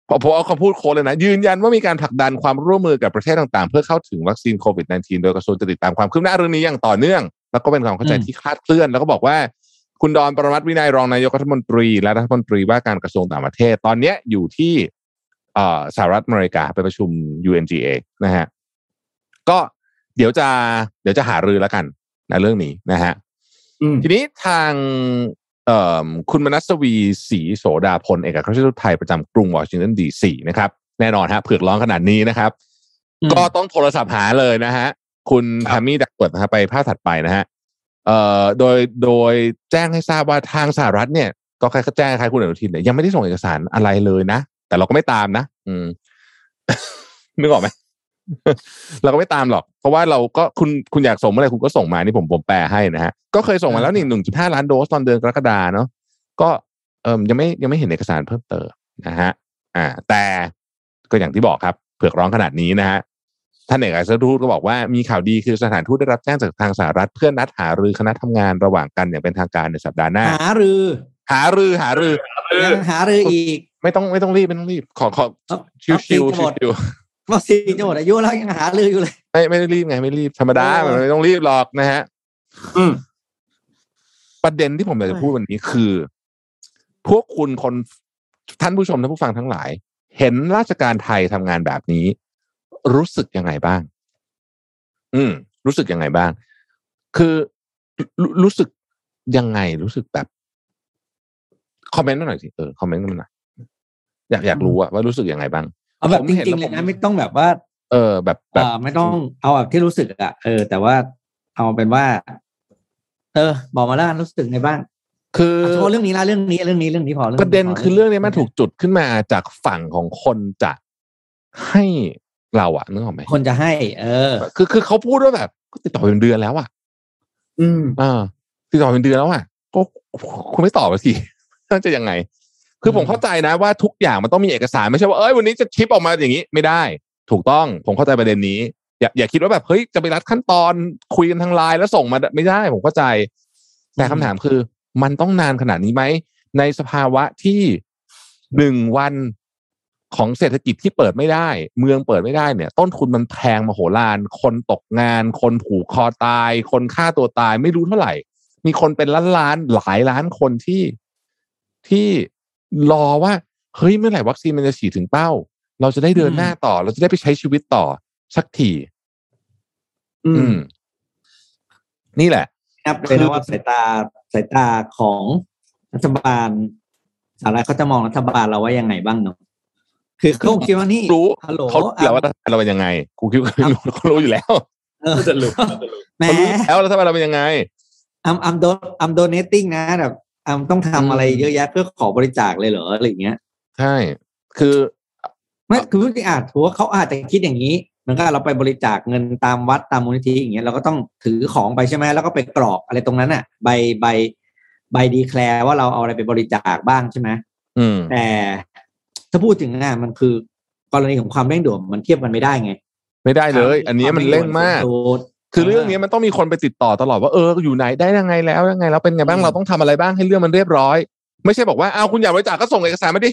ผมเอาคำพูดโค้ดเลยนะยืนยันว่ามีการผลักดันความร่วมมือกับประเทศต่างๆเพื่อเข้าถึงวัคซีนโควิด สิบเก้า โดยกระทรวงจะติดตามความคืบหน้าเรื่องนี้อย่างต่อเนื่องแล้วก็เป็นความเข้าใจที่คลาดเคลื่อนแล้วก็บอกว่าคุณดอนปรมัตถ์วินัยรองนายกรัฐมนตรีและรัฐมนตรีว่าการกระทรวงต่างประเทศตอนนี้อยู่ที่สหรัฐอเมริกาไปประชุม ยู เอ็น จี เอ นะฮะก็เดี๋ยวจะเดี๋ยวจะหารือแล้วกันในเรื่องนี้นะฮะทีนี้ทางคุณมนัสวีศรีโสดาพลเอกอัครราชทูตไทยประจำกรุงวอชิงตันดีซีนะครับแน่นอนฮะเผือกร้องขนาดนี้นะครับก็ต้องโทรศัพท์หาเลยนะฮะคุณแทมมี่ดักเปิดนะฮะไปภาพถัดไปนะฮะเอ่อโดยโดยแจ้งให้ทราบว่าทางสหรัฐเนี่ยก็ใครก็แจ้งใครคุณอนุทินเนี่ยยังไม่ได้ส่งเอกสารอะไรเลยนะแต่เราก็ไม่ตามนะอืม นึกออกไหม เราก็ไม่ตามหรอกเพราะว่าเราก็คุณคุณอยากส่งเมื่อไหร่คุณก็ส่งมานี่ผมผมแปลให้นะฮะก็เคยส่งมาแล้วนี่ หนึ่งจุดห้า ล้านโดสตอนเดือนกรกฎาเนาะก็เอ่อยังไม่ยังไม่เห็นเอกสารเพิ่มเติมนะฮะอ่าแต่ก็อย่างที่บอกครับเผือกร้องขนาดนี้นะฮะท่านเอกอัครราชทูตก็บอกว่ามีข่าวดีคือสถานทูตได้รับแจ้งจากทางสหรัฐเพื่อนัดหารือคณะทำงานระหว่างกันอย่างเป็นทางการในสัปดาห์หน้าหารือหารือหารือยังหารืออีกไม่ต้องไม่ต้องรีบไม่ต้องรีบขอขอชิวชิวชิววัคซีนจะหมดอายุแล้วยังหารืออยู่เลยไม่ไม่ได้รีบไงไม่รีบธรรมดามันไม่ต้องรีบหรอกนะฮะอืมประเด็นที่ผมอยากจะพูดวันนี้คือพวกคุณคนท่านผู้ชมท่านผู้ฟังทั้งหลายเห็นราชการไทยทำงานแบบนี้รู้สึกยังไงบ้างอืมรู้สึกยังไงบ้างคือรู้รู้สึกยังไงรู้สึกแบบคอมเมนต์มาหน่อยสิเออคอมเมนต์มาหน่อยอยากอยากรู้อะว่ารู้สึกยังไงบ้างเอาแบบจริงๆเลยนะไม่ต้องแบบว่าเออแบบแบบไม่ต้องเอาแบบที่รู้สึกอะเออแต่ว่าเอาเป็นว่าเออบอกมาแล้วรู้สึกไงบ้างคือเฉพาะเรื่องนี้ละเรื่องนี้เรื่องนี้เรื่องนี้พอประเด็นคือเรื่องนี้มันถูกจุดขึ้นมาจากฝั่งของคนจะให้เราอะนึกออกไหมคนจะให้เออคือคือเขาพูดว่าแบบก็ติดต่อเป็นเดือนแล้วอะอืมอ่าติดต่อเป็นเดือนแล้วอะก็คุณไม่ตอบสิน่าจะยังไงคือผมเข้าใจนะว่าทุกอย่างมันต้องมีเอกสารไม่ใช่ว่าเอ้ยวันนี้จะชิปออกมาอย่างนี้ไม่ได้ถูกต้องผมเข้าใจประเด็นนี้อย่าอย่าคิดว่าแบบเฮ้ยจะไปรัดขั้นตอนคุยกันทางไลน์แล้วส่งมาไม่ได้ผมเข้าใจแต่คำถามคือมันต้องนานขนาดนี้ไหมในสภาวะที่หนึ่งวันของเศรษฐกิจที่เปิดไม่ได้เมืองเปิดไม่ได้เนี่ยต้นทุนมันแพงมโหฬารคนตกงานคนผูกคอตายคนฆ่าตัวตายไม่รู้เท่าไหร่มีคนเป็นล้านล้านหลายล้านคนที่ที่รอว่าเฮ้ยเมื่อไหร่วัคซีนมันจะฉีดถึงเป้าเราจะได้เดินหน้าต่อเราจะได้ไปใช้ชีวิตต่อสักทีอืมนี่แหละนับเลยนะว่าสายตาสายตาของรัฐบาลสหรัฐเขาจะมองรัฐบาลเราว่ายังไงบ้างเนาะคือเขาคิดว่านี่รู้เขาแล้วว่ารัฐบาลเราเป็นยังไงกูคิดว่ารู้เขารู้อยู่แล้วจะรู้เขารู้แล้วรัฐบาลเราเป็นยังไงอัมอัมโดอัมโดเนตติ้งนะแบบอัมต้องทำอะไรเยอะแยะเพื่อขอบริจาคเลยเหรออะไรอย่างเงี้ยใช่คือไม่คือที่อาจถือว่าเขาอาจจะคิดอย่างนี้เหมือนกับเราไปบริจาคเงินตามวัดตามมูลนิธิอย่างเงี้ยเราก็ต้องถือของไปใช่ไหมแล้วก็ไปกรอกอะไรตรงนั้นอ่ะใบใบใบดีแคลร์ว่าเราเอาอะไรไปบริจาคบ้างใช่ไหมแต่ถ้าพูดถึงอ่ะมันคือกรณีของความเร่งด่วนมันเทียบกันไม่ได้ไงไม่ได้เลยอันนี้มันเร่งมากคือเรื่องนี้มันต้องมีคนไปติดต่อตลอดว่าเอออยู่ไหนได้ยังไงแล้วยังไงแล้วเป็นไงบ้างเราต้องทำอะไรบ้างให้เรื่องมันเรียบร้อยไม่ใช่บอกว่าอ้าวคุณอยากบริจาคก็ส่งเอกสารมาดิ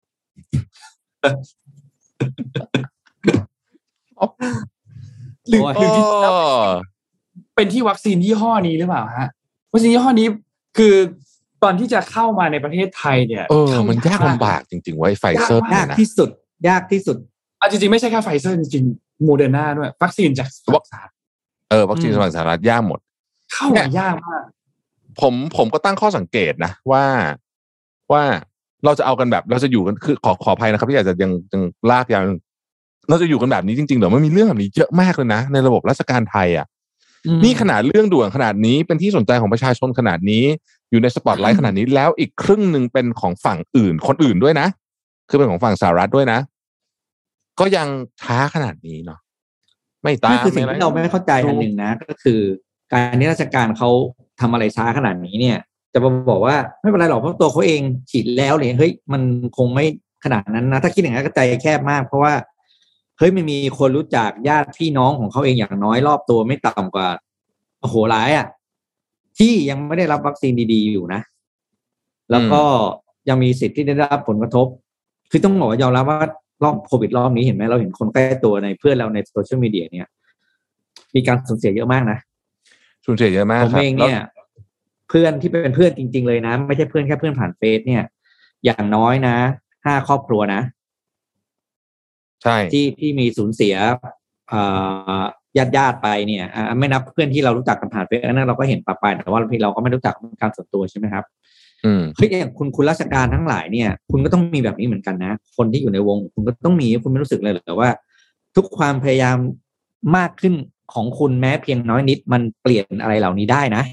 หรือหรือที่เป็นที่วัคซีนยี่ห้อนี้หรือเปล่าฮะวัคซีนยี่ห้อนี้คือตอนที่จะเข้ามาในประเทศไทยเนี่ยเออมันยากลำบากจริงๆไว้ไฟเซอร์ยากที่สุดยากที่สุดอ่ะจริงๆไม่ใช่แค่ไฟเซอร์จริงๆโมเดอร์นาด้วยวัคซีนจากวัคซีนเออวัคซีนสหรัฐยากหมดเข้ามายากมากผมผมก็ตั้งข้อสังเกตนะว่าว่าเราจะเอากันแบบเราจะอยู่กันคือขอขออภัยนะครับที่อาจจะยังยังลากยาวเราจะอยู่กันแบบนี้จริงๆเหรอมันมีเรื่องแบบนี้เยอะมากเลยนะในระบบราชการไทยอ่ะนี่ขนาดเรื่องด่วนขนาดนี้เป็นที่สนใจของประชาชนขนาดนี้อยู่ในสปอตไลท์ขนาดนี้แล้วอีกครึ่งหนึ่งเป็นของฝั่งอื่นคนอื่นด้วยนะคือเป็นของฝั่งสหรัฐด้วยนะก็ยังช้าขนาดนี้เนาะไม่ตามคือสิ่งที่เราไม่เข้าใจอันหนึ่งนะก็คือการที่ราชการเขาทำอะไรช้าขนาดนี้เนี่ยจะมาบอกว่าไม่เป็นไรหรอกเพราะตัวเขาเองฉีดแล้วเลยเฮ้ยมันคงไม่ขนาดนั้นนะถ้าคิดอย่างนั้นก็ใจแคบมากเพราะว่าเฮ้ยมันมีคนรู้จักญาติพี่น้องของเขาเองอย่างน้อยรอบตัวไม่ต่ำกว่าโอ้โหหลายอ่ะที่ยังไม่ได้รับวัคซีนดีๆอยู่นะแล้วก็ยังมีสิทธิ์ที่ได้รับผลกระทบคือต้องบอกว่ายอมรับว่ารอบโควิดรอบนี้เห็นไหมเราเห็นคนใกล้ตัวในเพื่อนเราในโซเชียลมีเดียเนี่ยมีการสูญเสียเยอะมากนะสูญเสียเยอะมากผมเองเนี่ยเพื่อนที่เป็นเพื่อนจริงๆเลยนะไม่ใช่เพื่อนแค่เพื่อนผ่านเฟซเนี่ยอย่างน้อยนะห้าครอบครัวนะใช่ที่ที่มีสูญเสียญาติญาติไปเนี่ยไม่นับเพื่อนที่เรารู้จักกันผ่านเฟซนั่นเราก็เห็นปะปายแต่ว่าเราก็ไม่รู้จักเป็นการส่วนตัวใช่ไหมครับเฮ้ยอย่างคุณคุณราชการทั้งหลายเนี่ยคุณก็ต้องมีแบบนี้เหมือนกันนะคนที่อยู่ในวงคุณก็ต้องมีคุณไม่รู้สึกเลยเหรอว่าทุกความพยายามมากขึ้นของคุณแม้เพียงน้อยนิดมันเปลี่ยนอะไรเหล่านี้ได้นะ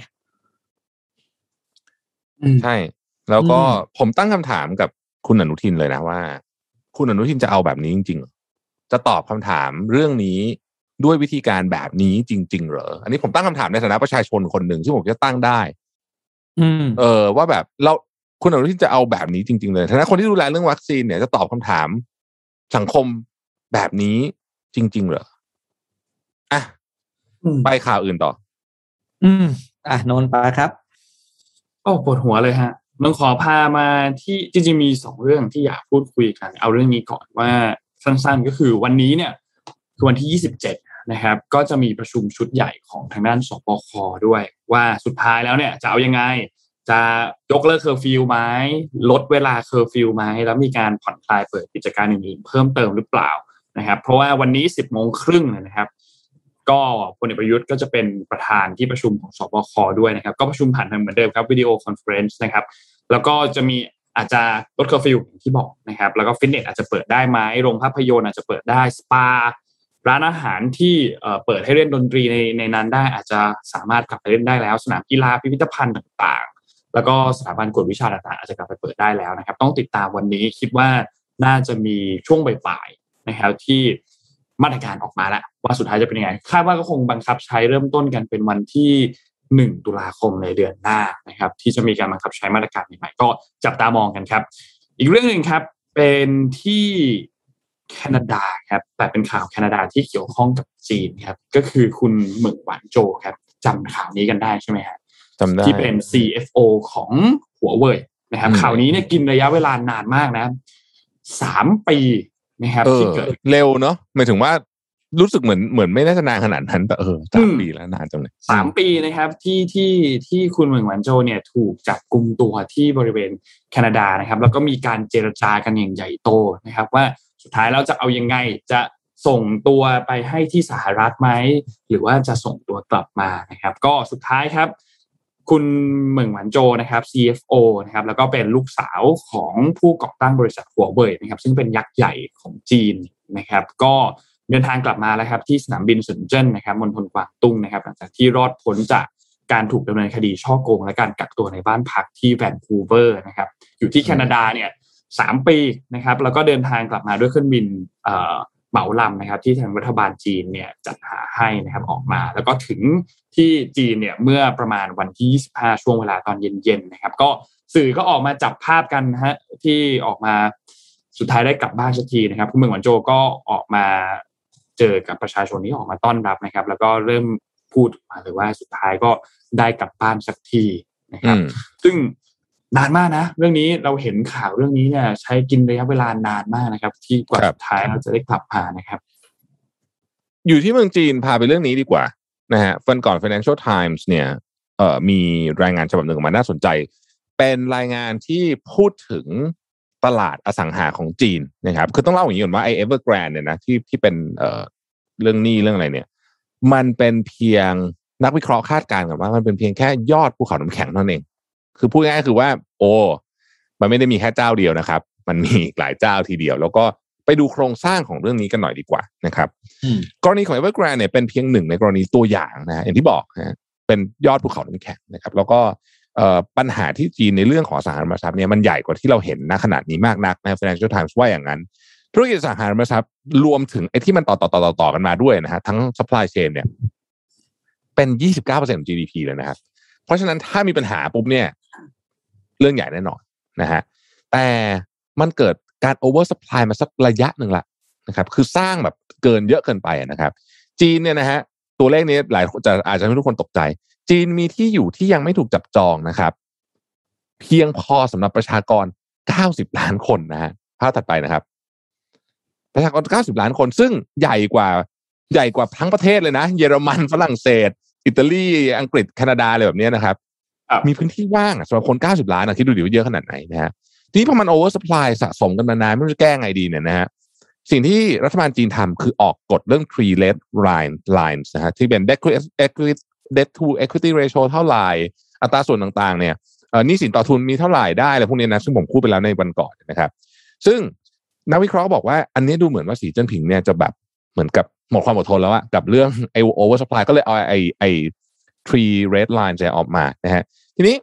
ใช่แล้วก็ผมตั้งคำถามกับคุณอนุทินเลยนะว่าคุณอนุทินจะเอาแบบนี้จริงๆจะตอบคำถามเรื่องนี้ด้วยวิธีการแบบนี้จริงๆเหรออันนี้ผมตั้งคำถามในฐานะประชาชนคนหนึ่งที่ผมจะตั้งได้เออว่าแบบเราคุณอนุทินจะเอาแบบนี้จริงๆเลยฐานะคนที่ดูแลเรื่องวัคซีนเนี่ยจะตอบคำถามสังคมแบบนี้จริงๆเหรออ่ะไปข่าวอื่นต่ออืมอ่ะนนท์ไปครับโอ้ปวดหัวเลยฮะต้องขอพามาที่จริงๆมีสองเรื่องที่อยากพูดคุยกันเอาเรื่องนี้ก่อนว่าสั้นๆก็คือวันนี้เนี่ยคือวันที่ยี่สิบเจ็ดนะครับก็จะมีประชุมชุดใหญ่ของทางด้านสบคด้วยว่าสุดท้ายแล้วเนี่ยจะเอายังไงจะยกเลิกเคอร์ฟิวไหมลดเวลาเคอร์ฟิวไหมแล้วมีการผ่อนคลายเปิดกิจการอื่นๆเพิ่มเติมหรือเปล่านะครับเพราะว่าวันนี้ สิบโมงครึ่งนะครับก็พลเอกประยุทธ์ก็จะเป็นประธานที่ประชุมของสบคด้วยนะครับก็ประชุมผ่านทางเหมือนเดิมครับวิดีโอคอนเฟอเรนซ์นะครับแล้วก็จะมีอาจจะลดเคอร์ฟิวอย่างที่บอกนะครับแล้วก็ฟิตเนสอาจจะเปิดได้ไหมโรงภาพยนตร์อาจจะเปิดได้สปาร้านอาหารที่เปิดให้เล่นดนตรีในในนั้นได้อาจจะสามารถกลับไปเล่นได้แล้วสนามกีฬาพิพิธภัณฑ์ต่างๆแล้วก็สถาบันกวดวิชาต่างๆอาจจะกลับไปเปิดได้แล้วนะครับต้องติดตามวันนี้คิดว่าน่าจะมีช่วงบ่ายๆนะครับที่มาตรการออกมาแล้วว่าสุดท้ายจะเป็นยังไงคาดว่าก็คงบังคับใช้เริ่มต้นกันเป็นวันที่หนึ่งตุลาคมในเดือนหน้านะครับที่จะมีการบังคับใช้มาตรการใหม่ๆก็จับตามองกันครับอีกเรื่องนึงครับเป็นที่แคนาดาครับแต่เป็นข่าวแคนาดาที่เกี่ยวข้องกับจีนครับก็คือคุณเหมิงหวานโจวครับจำข่าวนี้กันได้ใช่ไหมฮะจำได้ที่เป็น ซี เอฟ โอ ของหัวเว่ยนะครับข่าวนี้เนี่ยกินระยะเวลานานมากนะสามปีนะครับที่เกิดเร็วเนาะหมายถึงว่ารู้สึกเหมือนเหมือนไม่น่าจะนานขนาดนั้นแต่เออสามปีแล้วนานจังเลยสามปีนะครับที่ที่ที่คุณเหมิงหวานโจวเนี่ยถูกจับกุมตัวที่บริเวณแคนาดานะครับแล้วก็มีการเจรจากันอย่างใหญ่โตนะครับว่าสุดท้ายแล้วจะเอายังไงจะส่งตัวไปให้ที่สหรัฐไหมหรือว่าจะส่งตัวกลับมานะครับก็สุดท้ายครับคุณเหมิงหวานโจวนะครับ ซี เอฟ โอ นะครับแล้วก็เป็นลูกสาวของผู้ก่อตั้งบริษัทหัวเว่ยนะครับซึ่งเป็นยักษ์ใหญ่ของจีนนะครับก็เดินทางกลับมาแล้วครับที่สนามบินเซินเจิ้นนะครับมณฑลกวางตุ้งนะครับหลังจากที่รอดพ้นจากการถูกดำเนินคดีฉ้อโกงและการกักตัวในบ้านพักที่แวนคูเวอร์นะครับอยู่ที่แคนาดาเนี่ยสามปีนะครับแล้วก็เดินทางกลับมาด้วยเครื่องบินเอ่อเหมาลำนะครับที่ทางรัฐบาลจีนเนี่ยจัดหาให้นะครับออกมาแล้วก็ถึงที่จีนเนี่ยเมื่อประมาณวันที่ยี่สิบห้าช่วงเวลาตอนเย็นๆนะครับก็สื่อก็ออกมาจับภาพกันนะฮะที่ออกมาสุดท้ายได้กลับบ้านสักทีนะครับคุณเหมิงหวานโจวก็ออกมาเจอกับประชาชนที่ออกมาต้อนรับนะครับแล้วก็เริ่มพูดมาเลยว่าสุดท้ายก็ได้กลับบ้านสักทีนะครับซึ่งนานมากนะเรื่องนี้เราเห็นข่าวเรื่องนี้เนี่ยใช้กินระยะเวลานานมากนะครับที่กว่าสุดท้ายเราจะได้กลับมานะครับอยู่ที่เมืองจีนพาไปเรื่องนี้ดีกว่านะฮะวันก่อน Financial Times เนี่ยเอ่อมีรายงานฉบับหนึ่งออกมาน่าสนใจเป็นรายงานที่พูดถึงตลาดอสังหาของจีนนะครับคือต้องเล่าอย่างนี้ก่อนว่าไอ้ Evergrande เนี่ยนะที่ที่เป็นเอ่อเรื่องหนี้เรื่องอะไรเนี่ยมันเป็นเพียงนักวิเคราะห์คาดการณ์กันว่ามันเป็นเพียงแค่ยอดภูเขาน้ำแข็งเท่านั้นเองคือพูดง่ายๆคือว่าโอ้มันไม่ได้มีแค่เจ้าเดียวนะครับมันมีหลายเจ้าทีเดียวแล้วก็ไปดูโครงสร้างของเรื่องนี้กันหน่อยดีกว่านะครับกรณีของ Evergrande เนี่ยเป็นเพียงหนึ่งในกรณีตัวอย่างนะอย่างที่บอกนะเป็นยอดภูเขาน้ำแข็งนะครับแล้วก็ปัญหาที่จีนในเรื่องของอสังหาริมทรัพย์เนี่ยมันใหญ่กว่าที่เราเห็นณขนาดนี้มากนักนะ Financial Times ว่าอย่างนั้นธุรกิจอสังหาริมทรัพย์รวมถึงไอ้ที่มันต่อต่อต่อต่อกันมาด้วยนะฮะทั้ง supply chain เนี่ยเป็น ยี่สิบเก้าเปอร์เซ็นต์ ของ จี ดี พี เลยนะครับเพราะฉะนั้นถ้ามีปัญหาปุ๊บเนี่ยเรื่องใหญ่แน่นอนนะฮะแต่มันเกิดการ over supply มาสักระยะหนึ่งละนะครับคือสร้างแบบเกินเยอะเกินไปนะครับจีนเนี่ยนะฮะตัวเลขนี้หลายจะอาจจะให้ทุกคนตกใจจีนมีที่อยู่ที่ยังไม่ถูกจับจองนะครับเพียงพอสำหรับประชากรเก้าสิบล้านคนนะฮะภาพถัดไปนะครับประชากรเก้าสิบล้านคนซึ่งใหญ่กว่าใหญ่กว่าทั้งประเทศเลยนะเยอรมันฝรั่งเศสอิตาลีอังกฤษแคนาดาอะไรแบบนี้นะครับมีพื้นที่ว่างสำหรับคนเก้าสิบล้านนะคิดดูดิว่าเยอะขนาดไหนนะฮะทีนี้พอมันโอเวอร์ซัพพลายสะสมกันมานานไม่รู้จะแก้ไงดีเนี่ยนะฮะสิ่งที่รัฐบาลจีนทำคือออกกฎเรื่อง three red line lines นะฮะที่เป็น debt to equity ratio เท่าไหร่อัตราส่วนต่างๆเนี่ยเอ่อหนี้สินต่อทุนมีเท่าไหร่ได้อะไรพวกนี้นะซึ่งผมพูดไปแล้วในวันก่อนนะครับซึ่งนักวิเคราะห์บอกว่าอันนี้ดูเหมือนว่าสีจิ้นผิงเนี่ยจะแบบเหมือนกับหมดความอดทนแล้วอะกับเรื่องไอ้ over supply ก็เลยเอาไอ้ไอ้ three red lines ออกมานะฮะทีนี้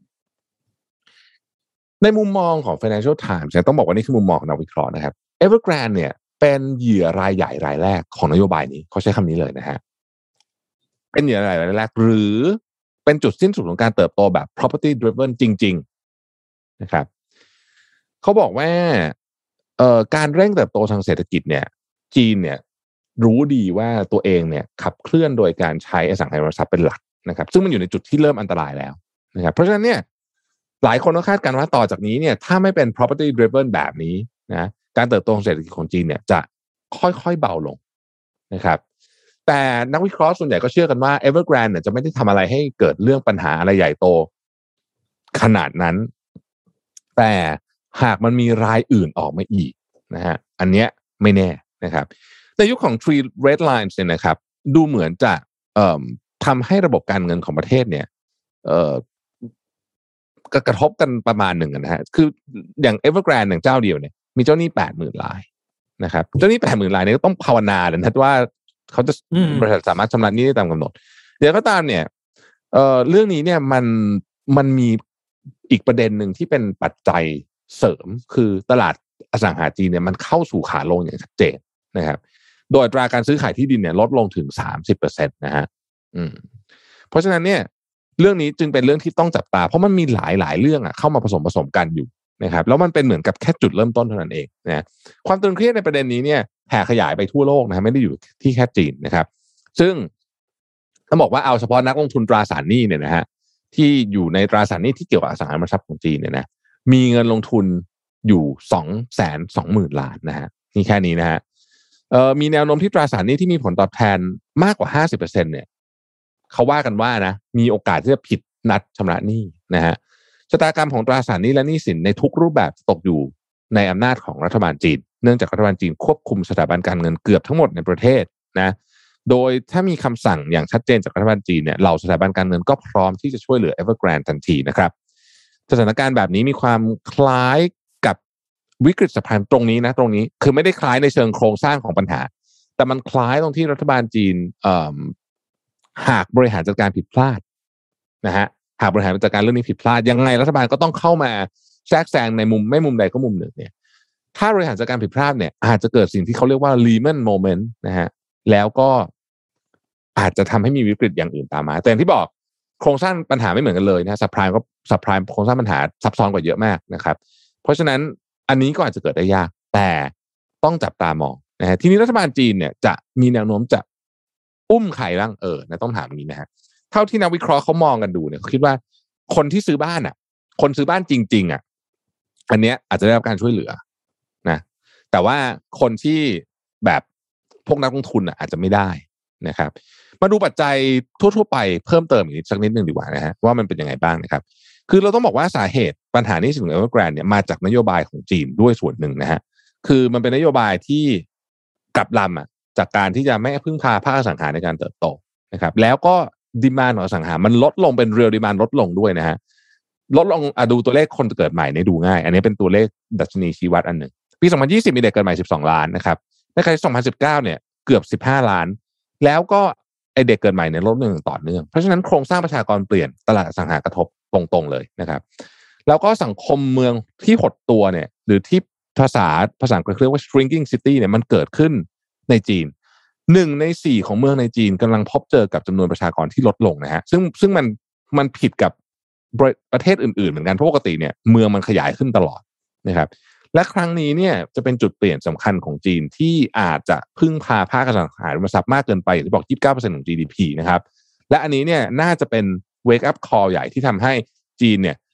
ในมุมมองของ Financial Times ต้องบอกว่านี่คือมุมมองของนักวิเคราะห์นะครับ Evergrande เนี่ยเป็นเหยื่อรายใหญ่รายแรกของนโยบายนี้เขาใช้คำนี้เลยนะฮะเป็นเหยื่อรายใหญ่รายแรกหรือเป็นจุดสิ้นสุดของการเติบโตแบบ property driven จริงๆนะครับเขาบอกว่าเอ่อการเร่งเติบโตทางเศรษฐกิจเนี่ยจีนเนี่ยรู้ดีว่าตัวเองเนี่ยขับเคลื่อนโดยการใช้อสังหาริมทรัพย์เป็นหลักนะครับซึ่งมันอยู่ในจุดที่เริ่มอันตรายแล้วนะครับเพราะฉะนั้นเนี่ยหลายคนก็คาดการณ์ว่าต่อจากนี้เนี่ยถ้าไม่เป็น property driven แบบนี้นะการเติบโตของเศรษฐกิจของจีนเนี่ยจะค่อยๆเบาลงนะครับแต่นักวิเคราะห์ส่วนใหญ่ก็เชื่อกันว่า Evergrande เนี่ยจะไม่ได้ทำอะไรให้เกิดเรื่องปัญหาอะไรใหญ่โตขนาดนั้นแต่หากมันมีรายอื่นออกมาอีกนะฮะอันเนี้ยไม่แน่นะครับในยุคของ three red lines เนี่ยนะครับดูเหมือนจะเอ่อทำให้ระบบการเงินของประเทศเนี่ยเอ่อกระทบกันประมาณหนึ่งนะฮะคืออย่าง Evergrande อย่างเจ้าเดียวเนี่ยมีเจ้าหนี้ แปดหมื่น รายนะครับเจ้าหนี้ แปดหมื่น รายเนี่ยก็ต้องภาวนาเลยนะว่าเขาจะบริษัทสามารถชำระหนี้ได้ตามกำหนดเดี๋ยวก็ตามเนี่ยเอ่อเรื่องนี้เนี่ยมันมันมีอีกประเด็นหนึ่งที่เป็นปัจจัยเสริมคือตลาดอสังหาจีนเนี่ยมันเข้าสู่ขาลงอย่างชัดเจนนะครับโดยอัตราการซื้อขายที่ดินเนี่ยลดลงถึง สามสิบเปอร์เซ็นต์ นะฮะอืมเพราะฉะนั้นเนี่ยเรื่องนี้จึงเป็นเรื่องที่ต้องจับตาเพราะมันมีหลายหลายเรื่องอ่ะเข้ามาผสมผสมกันอยู่นะครับแล้วมันเป็นเหมือนกับแค่จุดเริ่มต้นเท่านั้นเองนะความตึงเครียดในประเด็นนี้เนี่ยแผ่ขยายไปทั่วโลกนะไม่ได้อยู่ที่แค่จีนนะครับซึ่งต้องบอกว่าเอาเฉพาะนักลงทุนตราสารหนี้เนี่ยนะฮะที่อยู่ในตราสารหนี้ที่เกี่ยวกับอสังหาริมทรัพย์ของจีนเนี่ยนะมีเงินลงทุนอยู่ สองแสนสองหมื่น ล้านนะฮะนี่แค่นี้นะฮะเอ่อมีแนวโน้มที่ตราสารหนี้ที่มีผลตอบแทนมากกว่า ห้าสิบเปอร์เซ็นต์ เนี่ยเขาว่ากันว่านะมีโอกาสที่จะผิดนัดชำระหนี้นะฮะชะตากรรมของตราสารหนี้และหนี้สินในทุกรูปแบบตกอยู่ในอำนาจของรัฐบาลจีนเนื่องจากรัฐบาลจีนควบคุมสถาบันการเงินเกือบทั้งหมดในประเทศนะโดยถ้ามีคำสั่งอย่างชัดเจนจากรัฐบาลจีนเนี่ยเหล่าสถาบันการเงินก็พร้อมที่จะช่วยเหลือ Evergrande ทันทีนะครับสถานการณ์แบบนี้มีความคล้ายกับวิกฤตสับพลันตรงนี้นะตรงนี้คือไม่ได้คล้ายในเชิงโครงสร้างของปัญหาแต่มันคล้ายตรงที่รัฐบาลจีนหากบริหารจัดการผิดพลาดนะฮะหากบริหารจัดการเรื่องนี้ผิดพลาดยังไงรัฐบาลก็ต้องเข้ามาแทรกแซงในมุมไม่มุมใดก็มุมหนึ่งเนี่ยถ้าบริหารจัดการผิดพลาดเนี่ยอาจจะเกิดสิ่งที่เขาเรียกว่า Lehman Moment นะฮะแล้วก็อาจจะทำให้มีวิกฤตอย่างอื่นตามมาแต่อย่างที่บอกโครงสร้างปัญหาไม่เหมือนกันเลยนะซับไพรม์ก็ซับไพรม์โครงสร้างปัญหาซับซ้อนกว่าเยอะมากนะครับเพราะฉะนั้นอันนี้ก็อาจจะเกิดได้ยากแต่ต้องจับตามองนะฮะทีนี้รัฐบาลจีนเนี่ยจะมีแนวโน้มจะอุ้มใครบ้างเออนะต้องถามอย่างนี้นะฮะเท่าที่นักวิเคราะห์เขามองกันดูเนี่ยเขาคิดว่าคนที่ซื้อบ้านอ่ะคนซื้อบ้านจริงๆอ่ะอันเนี้ยอาจจะได้รับการช่วยเหลือนะแต่ว่าคนที่แบบพวกนักลงทุนอ่ะอาจจะไม่ได้นะครับมาดูปัจจัยทั่วๆไปเพิ่มเติมอีกสักนิดนึงดีกว่านะฮะว่ามันเป็นยังไงบ้างนะครับคือเราต้องบอกว่าสาเหตุปัญหาหนี้สินของ Evergrande เนี่ยมาจากนโยบายของจีนด้วยส่วนหนึ่งนะฮะคือมันเป็นนโยบายที่กลับลำอ่ะจากการที่จะไม่พึ่งพาภาคอสังหาในการเติบโตนะครับแล้วก็ดีมานด์ของอสังหามันลดลงเป็นเรียลดีมานด์ลดลงด้วยนะฮะลดลงอ่ะดูตัวเลขคนเกิดใหม่เนี่ยดูง่ายอันนี้เป็นตัวเลขดัชนีชี้วัดอันหนึ่งปีสองพันยี่สิบมีเด็กเกิดใหม่สิบสองล้านนะครับในปีสองพันสิบเก้าเนี่ยเกือบสิบห้าล้านแล้วก็ไอเด็กเกิดใหม่เนี่ยลดลงอย่างต่อเนื่องเพราะฉะนั้นโครงสร้างประชากรเปลี่ยนตลาดอสังหากระทบตรงๆเลยนะครับแล้วก็สังคมเมืองที่หดตัวเนี่ยหรือที่ภาษาภาษาอังกฤษเรียกว่า shrinking city เนี่ยมันเกิดขึ้นในจีนหนึ่งในสี่ของเมืองในจีนกำลังพบเจอกับจำนวนประชากรที่ลดลงนะฮะซึ่งซึ่งมันมันผิดกับประเทศอื่นๆเหมือนกันเพราะปกติเนี่ยเมืองมันขยายขึ้นตลอดนะครับและครั้งนี้เนี่ยจะเป็นจุดเปลี่ยนสำคัญของจีนที่อาจจะพึ่งพาภาคอสังหาริมทรัพย์มากเกินไปอย่างที่บอก ยี่สิบเก้าเปอร์เซ็นต์ ของ จี ดี พี นะครับและอันนี้เนี่ยน่าจะเป็น wake up call ใหญ่ที่ทำให้จีนเนี่ย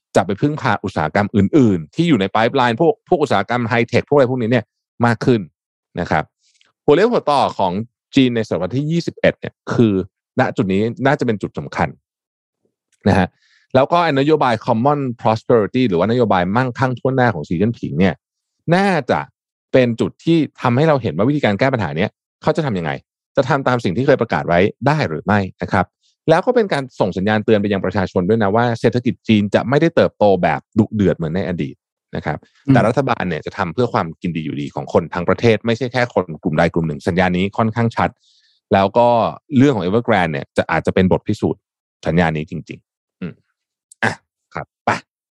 จะไปพึ่งพาอุตสาหกรรมอื่นๆที่อยู่ในไพป์ไลน์พวกพวกอุตสาหกรรมไฮเทคพวกอะไรพวกนี้เนี่ยมากขึ้นนะครับหัวเลี้ยวหัวต่อของจีนในศตวรรษที่ยี่สิบเอ็ดเนี่ยคือณจุดนี้น่าจะเป็นจุดสำคัญนะฮะแล้วก็นโยบาย common prosperity หรือว่านโยบายมั่งคั่งทั่วหน้าของสีจิ้นผิงเนี่ยน่าจะเป็นจุดที่ทำให้เราเห็นว่าวิธีการแก้ปัญหานี้เขาจะทำยังไงจะทำตามสิ่งที่เคยประกาศไว้ได้หรือไม่นะครับแล้วก็เป็นการส่งสัญญาณเตือนไปยังประชาชนด้วยนะว่าเศรษฐกิจจีนจะไม่ได้เติบโตแบบดุเดือดเหมือนในอดีตนะครับแต่รัฐบาลเนี่ยจะทำเพื่อความกินดีอยู่ดีของคนทั้งประเทศไม่ใช่แค่คนกลุ่มใดกลุ่มหนึ่งสัญญาณนี้ค่อนข้างชัดแล้วก็เรื่องของ Evergrande เนี่ยจะอาจจะเป็นบทพิสูจน์สัญญาณนี้จริงๆอืมอ่ะครับไป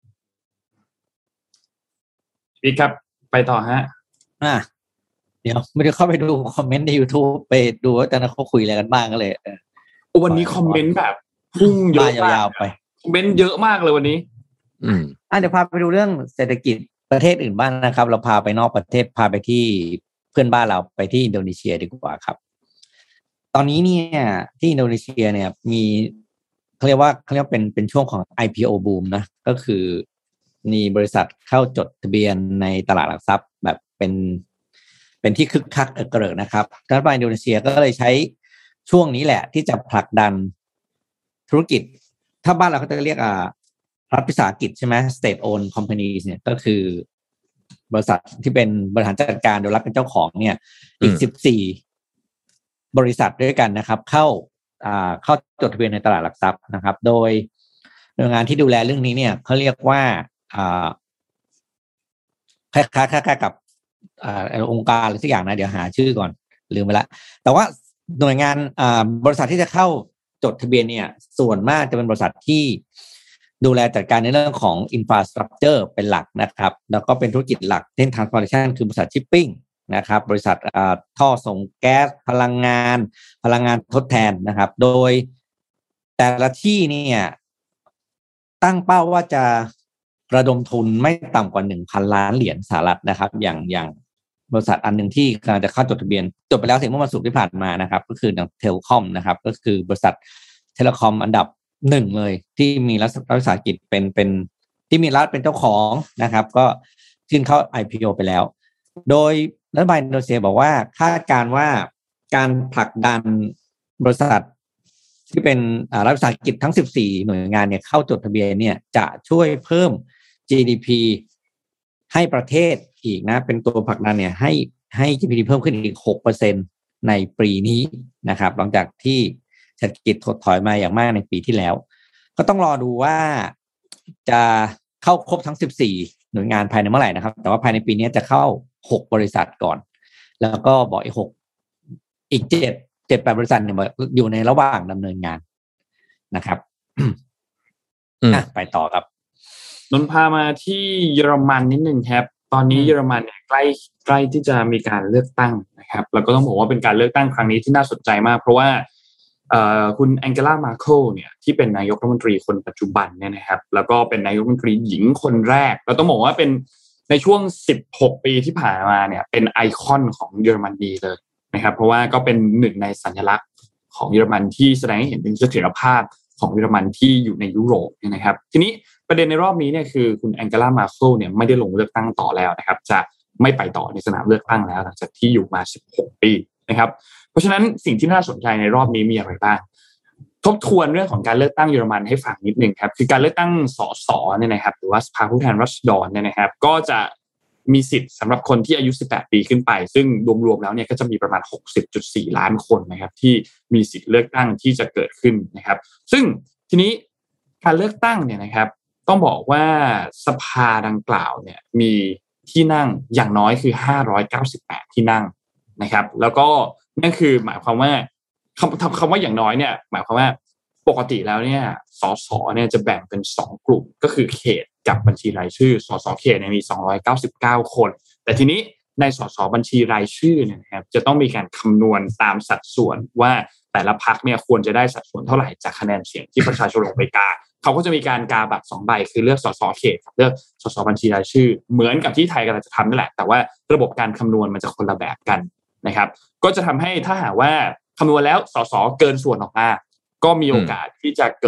พี่ครับไปต่อฮะอ่ะเดี๋ยวไม่ได้เข้าไปดูคอมเมนต์ใน YouTube ไปดูว่าแต่ละเขาคุยอะไรกันบ้างก็เลยเออวันนี้คอมเมนต์แบบพุ่งเยอะมากยาวๆไปคอมเมนต์เยอะมากเลยวันนี้อืมอ่ะเดี๋ยวพาไปดูเรื่องเศรษฐกิจประเทศอื่นบ้างนะครับเราพาไปนอกประเทศพาไปที่เพื่อนบ้านเราไปที่อินโดนีเซียดีกว่าครับตอนนี้เนี่ยที่อินโดนีเซียเนี่ยมีเขาเรียกว่าเขาเรียกเป็นเป็นช่วงของ ไอ พี โอ boom นะก็คือมีบริษัทเข้าจดทะเบียนในตลาดหลักทรัพย์แบบเป็นเป็นที่คึกคักเอกเริกนะครับรัฐบาลอินโดนีเซียก็เลยใช้ช่วงนี้แหละที่จะผลักดันธุรกิจถ้าบ้านเราเขาจะเรียกอ่ารัฐวิสาหกิจใช่ไหม state owned companies เนี่ยก็คือบริษัทที่เป็นบริหารจัดการโดยรัฐเป็นเจ้าของเนี่ยอีกสิบสี่บริษัทด้วยกันนะครับเข้าอ่าเข้าจดทะเบียนในตลาดหลักทรัพย์นะครับโดยหน่วยงานที่ดูแลเรื่องนี้เนี่ยเขาเรียกว่าอ่าคล้ายๆกับอ่าองค์การอะไรสักอย่างนะเดี๋ยวหาชื่อก่อนลืมไปละแต่ว่าหน่วยงานอ่าบริษัทที่จะเข้าจดทะเบียนเนี่ยส่วนมากจะเป็นบริษัทที่ดูแลจัดการในเรื่องของ infrastructure เป็นหลักนะครับแล้วก็เป็นธุรกิจหลักเช่น transportation คือบริษัท shipping นะครับบริษัทอ่าท่อส่งแก๊สพลังงานพลังงานทดแทนนะครับโดยแต่ละที่เนี่ยตั้งเป้าว่าจะระดมทุนไม่ต่ำกว่า หนึ่งพัน ล้านเหรียญสหรัฐนะครับอย่างอย่างบริษัทอันหนึ่งที่กำลังจะเข้าจดทะเบียนจบไปแล้วถึงเมื่อวันศุกร์ที่ผ่านมานะครับก็คือเทลคอมนะครับก็คือบริษัทเทเลคอมอันดับหนึ่งเลยที่มีรัฐวิสาหกิจเป็นเป็นที่มีรัฐเป็นเจ้าของนะครับก็ขึ้นเข้า ไอ พี โอ ไปแล้วโดยรัฐบาลอินโดนีเซียบอกว่าคาดการณ์ว่าการผลักดันบริษัทที่เป็นรัฐวิสาหกิจทั้งสิบสี่หน่วยงานเนี่ยเข้าจดทะเบียนเนี่ยจะช่วยเพิ่ม จี ดี พี ให้ประเทศอีกนะเป็นตัวผลักดันเนี่ยให้ให้ จี ดี พี เพิ่มขึ้นอีก หกเปอร์เซ็นต์ ในปีนี้นะครับหลังจากที่เศรษฐกิจถดถอยมาอย่างมากในปีที่แล้วก็ต้องรอดูว่าจะเข้าครบทั้งสิบสี่หน่วยงานภายในเมื่อไหร่นะครับแต่ว่าภายในปีนี้จะเข้าหกบริษัทก่อนแล้วก็บอกอีกหกอีกเจ็ด เจ็ด แปดบริษัทเนี่ยอยู่ในระหว่างดำเนินงานนะครับอ่ะไปต่อครับนนพามาที่เยอรมันนิดนึงครับตอนนี้เยอรมันเนี่ยใกล้ใกล้ที่จะมีการเลือกตั้งนะครับแล้วก็ต้องบอกว่าเป็นการเลือกตั้งครั้งนี้ที่น่าสนใจมากเพราะว่าเอ่อคุณแองเกลา มาร์เคิลเนี่ยที่เป็นนายกรัฐมนตรีคนปัจจุบันเนี่ยนะครับแล้วก็เป็นนายกรัฐมนตรีหญิงคนแรกเราต้องบอกว่าเป็นในช่วงสิบหกปีที่ผ่านมาเนี่ยเป็นไอคอนของเยอรมนีเลยนะครับเพราะว่าก็เป็นหนึ่งในสัญลักษณ์ของเยอรมันที่แสดงให้เห็นถึงเสถียรภาพของเยอรมันที่อยู่ในยุโรปนะครับทีนี้ประเด็นในรอบนี้เนี่ยคือคุณแองเกลา มาร์เคิลเนี่ยไม่ได้ลงเลือกตั้งต่อแล้วนะครับจะไม่ไปต่อในสนามเลือกตั้งแล้วหลังจากที่อยู่มาสิบหกปีนะครับเพราะฉะนั้นสิ่งที่น่าสนใจในรอบนี้มีอะไรบ้างทบทวนเรื่องของการเลือกตั้งเยอรมันให้ฟังนิดนึงครับคือการเลือกตั้งสสเนี่ยนะครับหรือว่าสภาผู้แทนราษฎรเนี่ยนะครับก็จะมีสิทธิ์สำหรับคนที่อายุสิบแปดปีขึ้นไปซึ่งรวมๆแล้วเนี่ยก็จะมีประมาณ หกสิบจุดสี่ ล้านคนนะครับที่มีสิทธิ์เลือกตั้งที่จะเกิดขึ้นนะครับซึ่งทีนี้การเลือกตั้งเนี่ยนะครับต้องบอกว่าสภาดังกล่าวเนี่ยมีที่นั่งอย่างน้อยคือห้าร้อยเก้าสิบแปดที่นั่งนะครับแล้วก็นั่นคือหมายความว่าคำคำว่าอย่างน้อยเนี่ยหมายความว่าปกติแล้วเนี่ยสสเนี่ยจะแบ่งเป็นสองกลุ่มก็คือเขตกับบัญชีรายชื่อสสเขตเนี่ยมีสองร้อยเก้าสิบเก้าคนแต่ทีนี้ในสสบัญชีรายชื่อเนี่ยนะครับจะต้องมีการคำนวณตามสัดส่วนว่าแต่ละพรรคเนี่ยควรจะได้สัดส่วนเท่าไหร่จากคะแนนเสียงที่ประชาชนลงไปกาเขาก็จะมีการกาบัตรสองใบคือเลือกสสเขตกับเลือกสสบัญชีรายชื่อเหมือนกับที่ไทยกำลังจะทำนั่นแหละแต่ว่าระบบการคำนวณมันจะคนละแบบกันนะครับก็จะทำให้ถ้าหากว่าคำนวณแล้วสสเกินส่วนออกมาก็มีโอกาสที่จะเกิด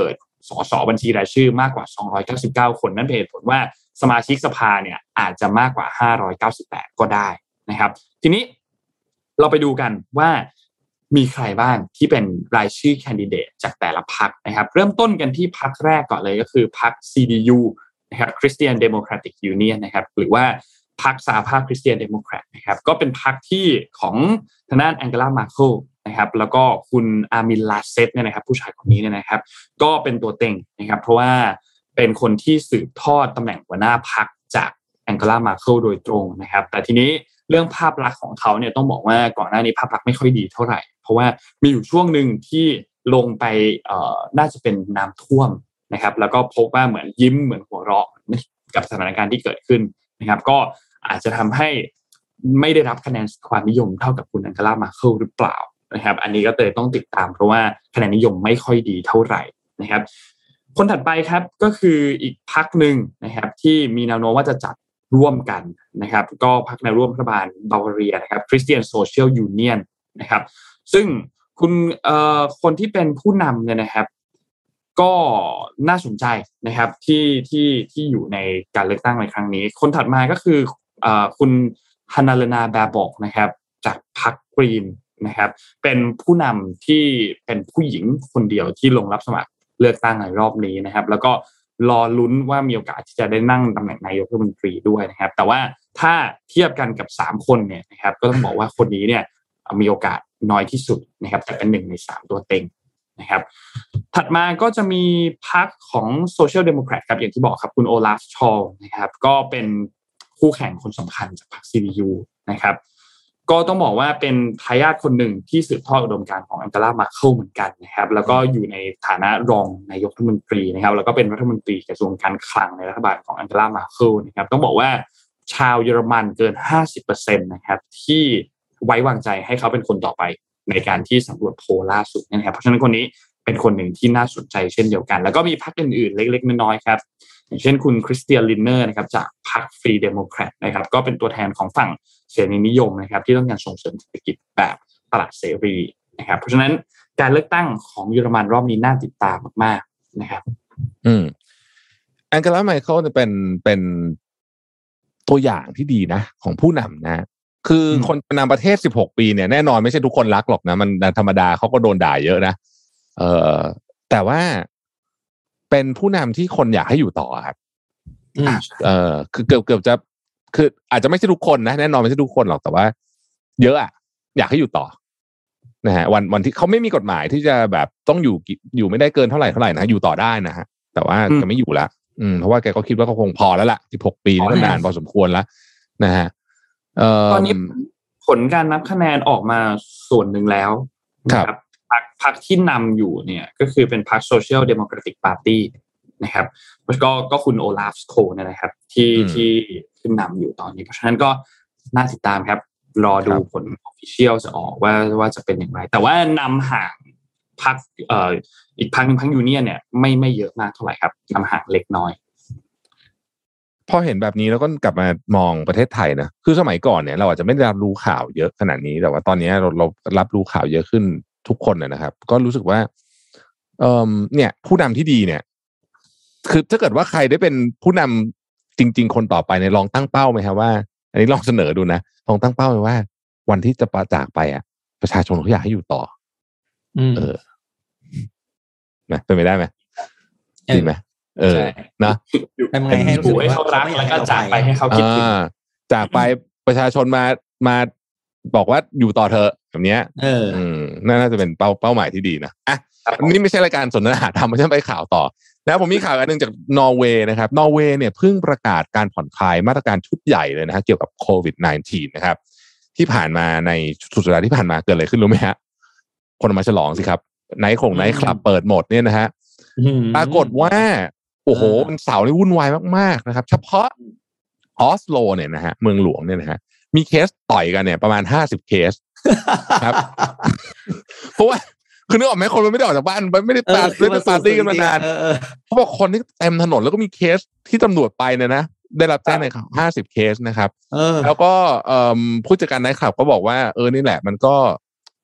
สสบัญชีรายชื่อมากกว่าสองร้อยเก้าสิบเก้าคนนั่นเป็นเหตุผลว่าสมาชิกสภาเนี่ยอาจจะมากกว่าห้าร้อยเก้าสิบแปดก็ได้นะครับทีนี้เราไปดูกันว่ามีใครบ้างที่เป็นรายชื่อแคนดิเดตจากแต่ละพรรคนะครับเริ่มต้นกันที่พรรคแรกก่อนเลยก็คือพรรค ซี ดี ยู นะครับ Christian Democratic Union นะครับหรือว่าพรรคสหภาพคริสเตียนเดโมแครตนะครับก็เป็นพรรคที่ของทางด้านแองเกลา มาร์เคิลนะครับแล้วก็คุณอามิน ลาเซตเนี่ยนะครับผู้ชายคนนี้เนี่ยนะครับก็เป็นตัวเต็งนะครับเพราะว่าเป็นคนที่สืบทอดตำแหน่งหัวหน้าพรรคจากแองเกลา มาร์เคิลโดยตรงนะครับแต่ทีนี้เรื่องภาพลักษณ์ของเขาเนี่ยต้องบอกว่าก่อนหน้านี้ภาพลักษณ์ไม่ค่อยดีเท่าไหร่เพราะว่ามีอยู่ช่วงนึงที่ลงไปเอ่อน่าจะเป็นน้ำท่วมนะครับแล้วก็พบว่าเหมือนยิ้มเหมือนหัวเราะกับสถานการณ์ที่เกิดขึ้นนะครับก็อาจจะทำให้ไม่ได้รับคะแนนความนิยมเท่ากับคุณแองเกลา มาร์เคิลหรือเปล่านะครับอันนี้ก็เลยต้องติดตามเพราะว่าคะแนนนิยมไม่ค่อยดีเท่าไหร่นะครับคนถัดไปครับก็คืออีกพรรคนึงนะครับที่มีแนวโน้มว่าจะจัดร่วมกันนะครับก็พรรคแนวร่วมรัฐบาลบัลแกเรียนะครับ Christian Social Union นะครับซึ่งคุณเอ่อคนที่เป็นผู้นำเนี่ยนะครับก็น่าสนใจนะครับที่ที่ที่อยู่ในการเลือกตั้งในครั้งนี้คนถัดมาก็คือเอ่อคุณฮันนาเลนา แบร์บอกนะครับจากพรรคกรีนนะครับเป็นผู้นำที่เป็นผู้หญิงคนเดียวที่ลงรับสมัครเลือกตั้งในรอบนี้นะครับแล้วก็รอลุ้นว่ามีโอกาสที่จะได้นั่งตำแหน่งนายกรัฐมนตรีด้วยนะครับแต่ว่าถ้าเทียบกันกับสามคนเนี่ยนะครับก็ต้องบอกว่าคนนี้เนี่ยมีโอกาสน้อยที่สุดนะครับแต่เป็นหนึ่งในสามตัวเต็งนะครับถัดมาก็จะมีพรรคของ Social Democrat ครับอย่างที่บอกครับคุณโอลาฟ ชอลส์นะครับก็เป็นคู่แข่งคนสำคัญจากพรรค ซี ดี ยู นะครับก็ต้องบอกว่าเป็นทายาทคนหนึ่งที่สืบทอดอุดมการณ์ของแองเกลา มาร์เคิลเหมือนกันนะครับแล้วก็อยู่ในฐานะรองนายกรัฐมนตรีนะครับแล้วก็เป็นรัฐมนตรีกระทรวงการคลังในรัฐบาลของแองเกลา มาร์เคิลนะครับต้องบอกว่าชาวเยอรมันเกิน ห้าสิบเปอร์เซ็นต์ นะครับที่ไว้วางใจให้เขาเป็นคนต่อไปในการที่สำรวจโพลล่าสุดนะครับเพราะฉะนั้นคนนี้เป็นคนหนึ่งที่น่าสนใจเช่นเดียวกันแล้วก็มีพรรคอื่นๆเล็กๆน้อยๆครับอย่างเช่นคุณคริสเตียน ลินเนอร์นะครับจากพรรคฟรีเดโมแครตนะครับก็เป็นตัวแทนของฝั่งเสรีนิยมนะครับที่ต้องการส่งเสริมเศรษฐกิจแบบตลาดเสรีนะครับเพราะฉะนั้นการเลือกตั้งของเยอรมันรอบนี้น่าติดตามมากๆนะครับอืมแองเกลา ไมเคิลเป็นเป็นตัวอย่างที่ดีนะของผู้นำนะคือคนนำประเทศสิบหกปีเนี่ยแน่นอนไม่ใช่ทุกคนรักหรอกนะมันธรรมดาเขาก็โดนด่าเยอะนะเออแต่ว่าเป็นผู้นำที่คนอยากให้อยู่ต่อครับเออคือเกือบเกือบจะคืออาจจะไม่ใช่ทุกคนนะแน่นอนไม่ใช่ทุกคนหรอกแต่ว่าเยอะอะอยากให้อยู่ต่อนะฮะวันวันที่เขาไม่มีกฎหมายที่จะแบบต้องอยู่อยู่ไม่ได้เกินเท่าไหร่เท่าไหร่นะอยู่ต่อได้นะฮะแต่ว่าจะไม่อยู่ละอืมเพราะว่าแกก็คิดว่าเขาคงพอแล้วล่ะสิบหกปีนี่ก็นานพอสมควรแล้วนะฮะตอนนี้ผลการนับคะแนนออกมาส่วนหนึ่งแล้วนะครับพรรคพรรคที่นำอยู่เนี่ยก็คือเป็นพรรค Social Democratic Party นะครับก็ก็คุณโอลาฟ โคลเนี่ยนะครับที่ที่ขึ้นนำอยู่ตอนนี้เพราะฉะนั้นก็น่าติดตามครับรอดูผล official จะออกว่าว่าจะเป็นอย่างไรแต่ว่านำห่างพรรคเอ่ออีกพรรคนึงพรรคยูเนียนเนี่ยไม่ไม่เยอะมากเท่าไหร่ครับนำห่างเล็กน้อยพอเห็นแบบนี้แล้วก็กลับมามองประเทศไทยนะคือสมัยก่อนเนี่ยเราอาจจะไม่ได้รับรู้ข่าวเยอะขนาดนี้แต่ว่าตอนนี้เราเรารับรู้ข่าวเยอะขึ้นทุกคนนะครับก็รู้สึกว่าเอ่อเนี่ยผู้นำที่ดีเนี่ยคือถ้าเกิดว่าใครได้เป็นผู้นำจริงๆคนต่อไปเนี่ยลองตั้งเป้าไหมครับว่าอันนี้ลองเสนอดูนะลองตั้งเป้าไหมว่าวันที่จะประจากไปอ่ะประชาชนเขาอยากให้อยู่ต่อเออนะเป็นไปได้ไหมดีไหมเออนะทำไงให้รู้สึกว่าเขารักแล้วก็จากไปให้เขาคิดถึงจากไปประชาชนมามาบอกว่าอยู่ต่อเธอแบบนี้เอออืมน่าจะเป็นเป้าเป้าหมายที่ดีนะอ่ะนี่ไม่ใช่รายการสนทนาธรรมไม่ใช่ไปข่าวต่อแล้วผมมีข่าวอันนึงจากนอร์เวย์นะครับนอร์เวย์เนี่ยเพิ่งประกาศการผ่อนคลายมาตรการชุดใหญ่เลยนะฮะเกี่ยวกับโควิด สิบเก้า นะครับที่ผ่านมาในสุดสัปดาห์ที่ผ่านมาเกิดอะไรขึ้นรู้ไหมฮะคนมาฉลองสิครับไนท์คงไนท์คลับเปิดหมดเนี่ยนะฮะปรากฏว่าโอ้โหวันเสาร์นี่วุ่นวายมากๆนะครับเฉพาะออสโลเนี่ยนะฮะเมืองหลวงเนี่ยนะฮะมีเคสต่อยกันเนี่ยประมาณห้าสิบเคสครับเพราะว่าคือนึกออกไหมคนมันไม่ได้ออกจากบ้านไม่ได้ปาร์ตี้ไม่ได้ปาร์ตี้กันมานานเขาบอกคนที่เต็มถนนแล้วก็มีเคสที่ตำรวจไปเนี่ยนะได้รับแจ้งในห้าสิบเคสนะครับแล้วก็ผู้จัดการไนท์คลับก็บอกว่าเออนี่แหละมันก็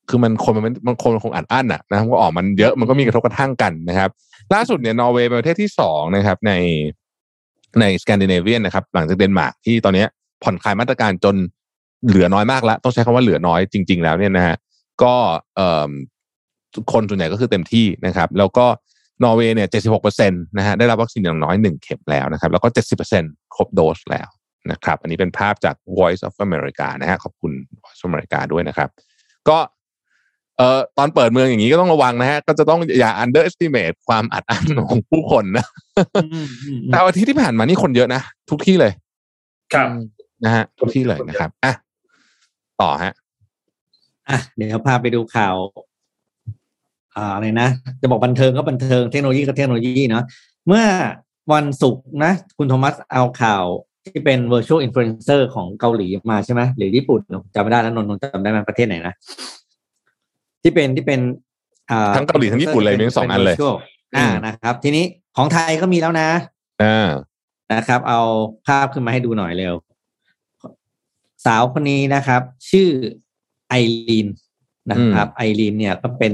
คือมันคนมันมันคนคงอัดอั้นอ่ะนะมันก็ออกมันเยอะมันก็มีกระทบกระทั่งกันนะครับล่าสุดเนี่ยนอร์เวย์เป็นประเทศที่สองนะครับในในสแกนดิเนเวียนนะครับหลังจากเดนมาร์กที่ตอนนี้ผ่อนคลายมาตรการจนเหลือน้อยมากแล้วต้องใช้คำว่าเหลือน้อยจริงๆแล้วเนี่ยนะฮะก็เอ่อคนส่วนใหญ่ก็คือเต็มที่นะครับแล้วก็นอร์เวย์เนี่ย เจ็ดสิบหกเปอร์เซ็นต์ นะฮะได้รับวัคซีนอย่างน้อยหนึ่งเข็มแล้วนะครับแล้วก็ เจ็ดสิบเปอร์เซ็นต์ ครบโดสแล้วนะครับอันนี้เป็นภาพจาก Voice of America นะฮะขอบคุณ Voice of America ด้วยนะครับก็เอ่อตอนเปิดเมืองอย่างนี้ก็ต้องระวังนะฮะก็จะต้องอย่า underestimate ความอัดอั้นของผู้คนนะแต่อาทิตย์ที่ผ่านมานี่คนเยอะนะทุกที่เลยครับนะฮะทุกที่เลยนะครับอ่ะต่อฮะอ่ะเดี๋ยวพาไปดูข่าวอ่าอะไรนะจะบอกบันเทิงก็บันเทิงเทคโนโลยีก็เทคโนโลยีเนาะเมื่อวันศุกร์นะคุณโทมัสเอาข่าวที่เป็น virtual influencer ของเกาหลีมาใช่ไหมหรือญี่ปุ่นจำไม่ได้แล้วนนท์จำได้ไหมประเทศไหนนะที่เป็นที่เป็นอ่าทั้งเกาหลีทั้งญี่ปุ่นเลยมีสองอันเลยอ่านะครับทีนี้ของไทยก็มีแล้วนะอ่านะครับเอาภาพขึ้นมาให้ดูหน่อยเร็วสาวคนนี้นะครับชื่อไอรีนนะครับไอรีนเนี่ยก็เป็น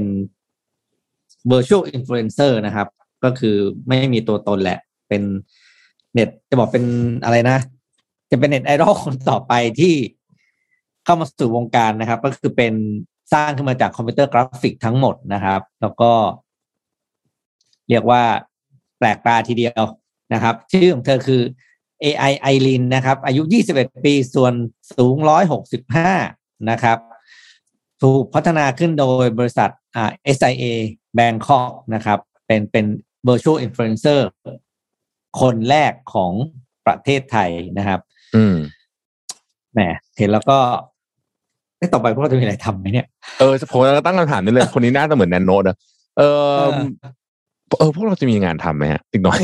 virtual influencer นะครับก็คือไม่มีตัวตนแหละเป็นเน็ตจะบอกเป็นอะไรนะจะเป็นเน็ตไอดอลคนต่อไปที่เข้ามาสู่วงการนะครับก็คือเป็นสร้างขึ้นมาจากคอมพิวเตอร์กราฟิกทั้งหมดนะครับแล้วก็เรียกว่าแปลกตาทีเดียวนะครับชื่อของเธอคือ เอ ไอ ไอรีนนะครับอายุยี่สิบเอ็ดปีส่วนสูงหนึ่งร้อยหกสิบห้านะครับถูกพัฒนาขึ้นโดยบริษัทอ่า เอส ไอ เอ Bangkok นะครับเป็นเป็น virtual influencer คนแรกของประเทศไทยนะครับอืมแหมเห็นแล้วก็ต่อไปพวกเราจะมีอะไรทำไหมเนี่ยเออผมก็ตั้งคำถามนี้เลยคนนี้น่าจะเหมือนแนนโนนะเออเออพวกเราจะมีงานทำไหมฮะอีกหน่อย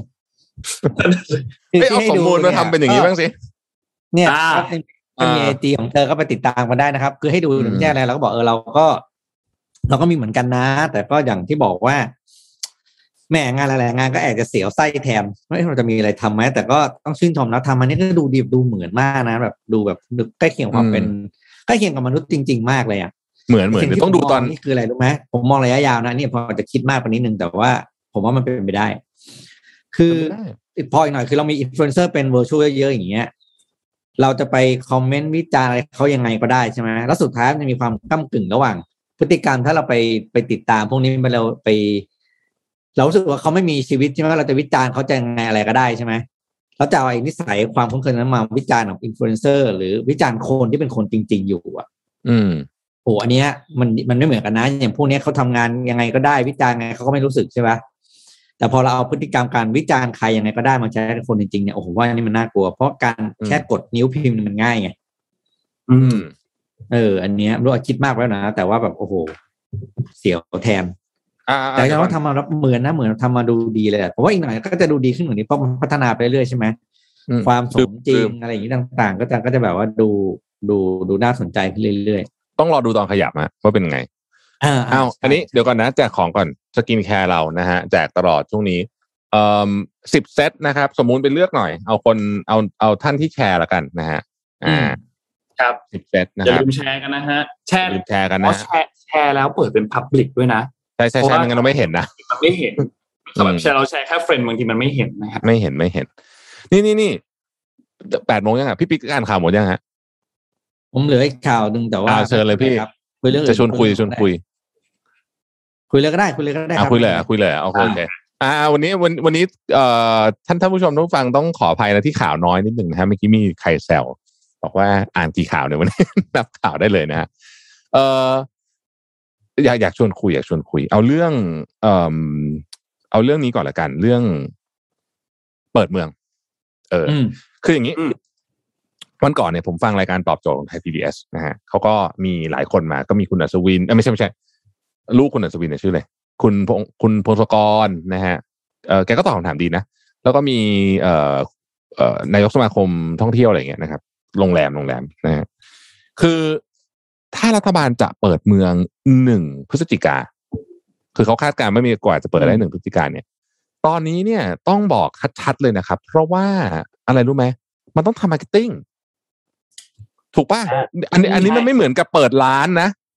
ไม่เอาสมบูรณ์มาทำเป็นอย่างนี้บ้างสิเนี่ยมันมีไอจีของเธอก็ไปติดตามกันได้นะครับคือให้ดูหนึ่งแย่อะไรเราก็บอกเออเราก็เราก็มีเหมือนกันนะแต่ก็อย่างที่บอกว่าแม่งานอะไรงานก็แอบจะเสียวไส้แทนไม่เราจะมีอะไรทำไหมแต่ก็ต้องชื่นชมนะทำมันนี่ก็ดูดีดูเหมือนมากนะแบบดูแบบใกล้เคียงความเป็นใกล้เคียงกับมนุษย์จริงๆมากเลยอ่ะเหมือนเหมือนต้องดูตอนนี่คืออะไรรู้ไหมผมมองระยะยาวนะนี่พอจะคิดมากกว่านี้นึงแต่ว่าผมว่ามันเป็นไปได้คือพออีกหน่อยคือเรามีอินฟลูเอนเซอร์เป็น virtual เยอะๆอย่างเงี้ยเราจะไปคอมเมนต์วิจารณ์อะไรเขายังไงก็ได้ใช่ไหมแล้วสุดท้ายมันมีความก้ำกึ่งระหว่างพฤติกรรมถ้าเราไปไปติดตามพวกนี้ไปเราไปเรารู้สึกว่าเขาไม่มีชีวิตใช่ไหมเราจะวิจารณ์เขาจะยังไงอะไรก็ได้ใช่ไหมเราจะเอาไอ้นิสัยความคุ้นเคยนั้นมาวิจารณ์ของอินฟลูเอนเซอร์หรือวิจารณ์คนที่เป็นคนจริงๆอยู่อ่ะอืมโอ้อันเนี้ยมันมันไม่เหมือนกันนะอย่างพวกนี้เขาทำงานยังไงก็ได้วิจารณ์ไงเขาก็ไม่รู้สึกใช่ไหมแต่พอเราเอาพฤติกรรมการวิจารณ์ใครยังไงก็ได้มาใช้กับคนจริงๆเนี่ยโอ้โหว่านี่มันน่ากลัวเพราะการแค่กดนิ้วพิมพ์มันง่ายไงอืมเอออันเนี้ยรู้ว่าคิดมากแล้วนะแต่ว่าแบบโอ้โหเสียวแทนแต่เราทำมาเหมือนนะเหมือนทำมาดูดีเลยเพราะว่าอีกหน่อยก็จะดูดีขึ้นกว่านี้เพราะมันพัฒนาไปเรื่อยใช่ไหมความสมจริงอะไรอย่างนี้ต่างๆก็จะก็จะแบบว่าดูดูดูน่าสนใจขึ้นเรื่อยๆต้องรอดูตอนขยับนะว่าเป็นไงอ้าวอ้าวอันนี้เดี๋ยวก่อนนะแจกของก่อนสกินแคร์เรานะฮะแจกตลอดช่วงนี้เอ่อสิบเซตนะครับสมมุติไปเลือกหน่อยเอาคนเอาเอาท่านที่แชร์ละกันนะฮะอ่าครับสิบเซตนะครับอย่าลืมแชร์กันนะฮะแชร์แชร์กันนะแชร์แชร์แล้วเปิดเป็น public ด้วยนะใช่ใช่ใช่งั้นเราไม่เห็นนะมันไม่เห็นสำหรับแชร์เราแชร์แค่เฟรนด์บางทีมันไม่เห็นนะครับไม่เห็นไม่เห็นนี่นี่นี่แปดโมงยังอ่ะพี่ปิ๊กอ่านข่าวหมดยังฮะผมเหลืออีกข่าวนึงแต่ว่าเชิญเลยพี่จะชวนคุยชวนคุยคุยเลยก็ได้คุยเลยก็ได้ครับคุยเลยคุยเลยโอเคอ่าวันนี้วันวันนี้เอ่อท่านท่านผู้ชมทุกฟังต้องขออภัยนะที่ข่าวน้อยนิดหนึ่งนะฮะเมื่อกี้มีใครแซวบอกว่าอ่านกี่ข่าวเนี่ยวันนี้นับข่าวได้เลยนะฮะเอ่ออยากอยากชวนคุยอยากชวนคุยเอาเรื่องเอ่อเอาเรื่องนี้ก่อนละกันเรื่องเปิดเมืองเออคืออย่างนี้วันก่อนเนี่ยผมฟังรายการตอบโจทย์ของไทย พี บี เอส นะฮะเขาก็มีหลายคนมาก็มีคุณอัศวินเอ้ยไม่ใช่ไม่ใช่ลูกคุณอัศวินเนี่ยชื่ออะไรคุณพงคุณพงศกรนะฮะเออแกก็ตอบคำถามดีนะแล้วก็มีเอ่อเอ่อนายกสมาคมท่องเที่ยวอะไรอย่างเงี้ยนะครับโรงแรมโรงแรมนะฮะคือถ้ารัฐบาลจะเปิดเมืองหนึ่งพฤศจิกาคือเขาคาดการณ์ไม่มีกว่าจะเปิดได้หนึ่งพฤศจิกาเนี่ยตอนนี้เนี่ยต้องบอกชัดๆเลยนะครับเพราะว่าอะไรรู้ไหมมันต้องทำมาร์เก็ตติ้งถูกป่ะอันนี้อันนี้มันไม่เหมือนกับเปิดร้านนะ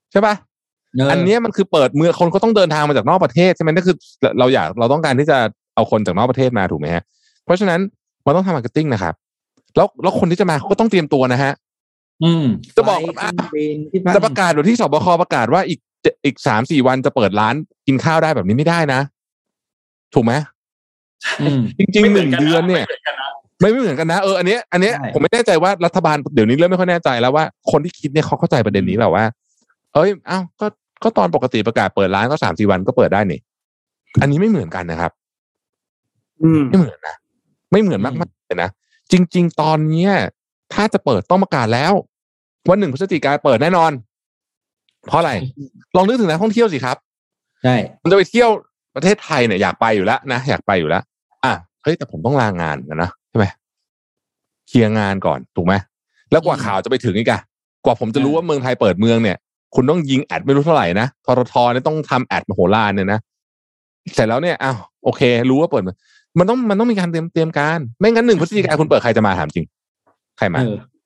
ใช่ป่ะอันนี้มันคือเปิดเมืองคนก็ต้องเดินทางมาจากนอกประเทศใช่ไหมนั่นคือเราอยากเราต้องการที่จะเอาคนจากนอกประเทศมาถูกไหมฮะเพราะฉะนั้นมันต้องทำมาร์เก็ตติ้งนะครับแล้วแล้วคนที่จะมาเขาก็ต้องเตรียมตัวนะฮะอืมจะบอกจะประกาศโดยที่สบคประกาศว่าอีกอีกสามสี่วันจะเปิดร้านกินข้าวได้แบบนี้ไม่ได้นะถูกไหมจริงๆหนึ่งเดือนเนี่ยไม่ไม่เหมือนกันนะเอออันนี้อันนี้ผมไม่แน่ใจว่ารัฐบาลเดี๋ยวนี้เริ่มไม่ค่อยแน่ใจแล้วว่าคนที่คิดเนี่ยเขาเข้าใจประเด็นนี้แบบว่าเอ้ยเอ้าก็ก็ตอนปกติประกาศเปิดร้านก็สามสี่วันก็เปิดได้นี่อันนี้ไม่เหมือนกันนะครับไม่เหมือนนะไม่เหมือนมากๆเลยนะจริงๆตอนนี้ถ้าจะเปิดต้องประกาศแล้ววันหนึ่งพฤศจิกายนเปิดแน่นอนเพราะอะไรลองนึกถึงนักท่องเที่ยวสิครับใช่มันจะไปเที่ยวประเทศไทยเนี่ยอยากไปอยู่แล้วนะอยากไปอยู่แล้วอ่ะเฮ้ยแต่ผมต้องลางานกันนะใช่ไหมเคลียร์งานก่อนถูกไหมแล้วกว่าข่าวจะไปถึงอีกอะกว่าผมจะรู้ว่าเมืองไทยเปิดเมืองเนี่ยคุณต้องยิงแอดไม่รู้เท่าไหร่นะทททเนี่ยต้องทำแอดมโหฬารเนี่ยนะเสร็จแล้วเนี่ยอ้าวโอเครู้ว่าเปิดมันต้องมันต้องมีการเตรียมเตรียมการไม่งั้นหนึ่งพฤศจิกายนคุณเปิดใครจะมาถามจริงใครมา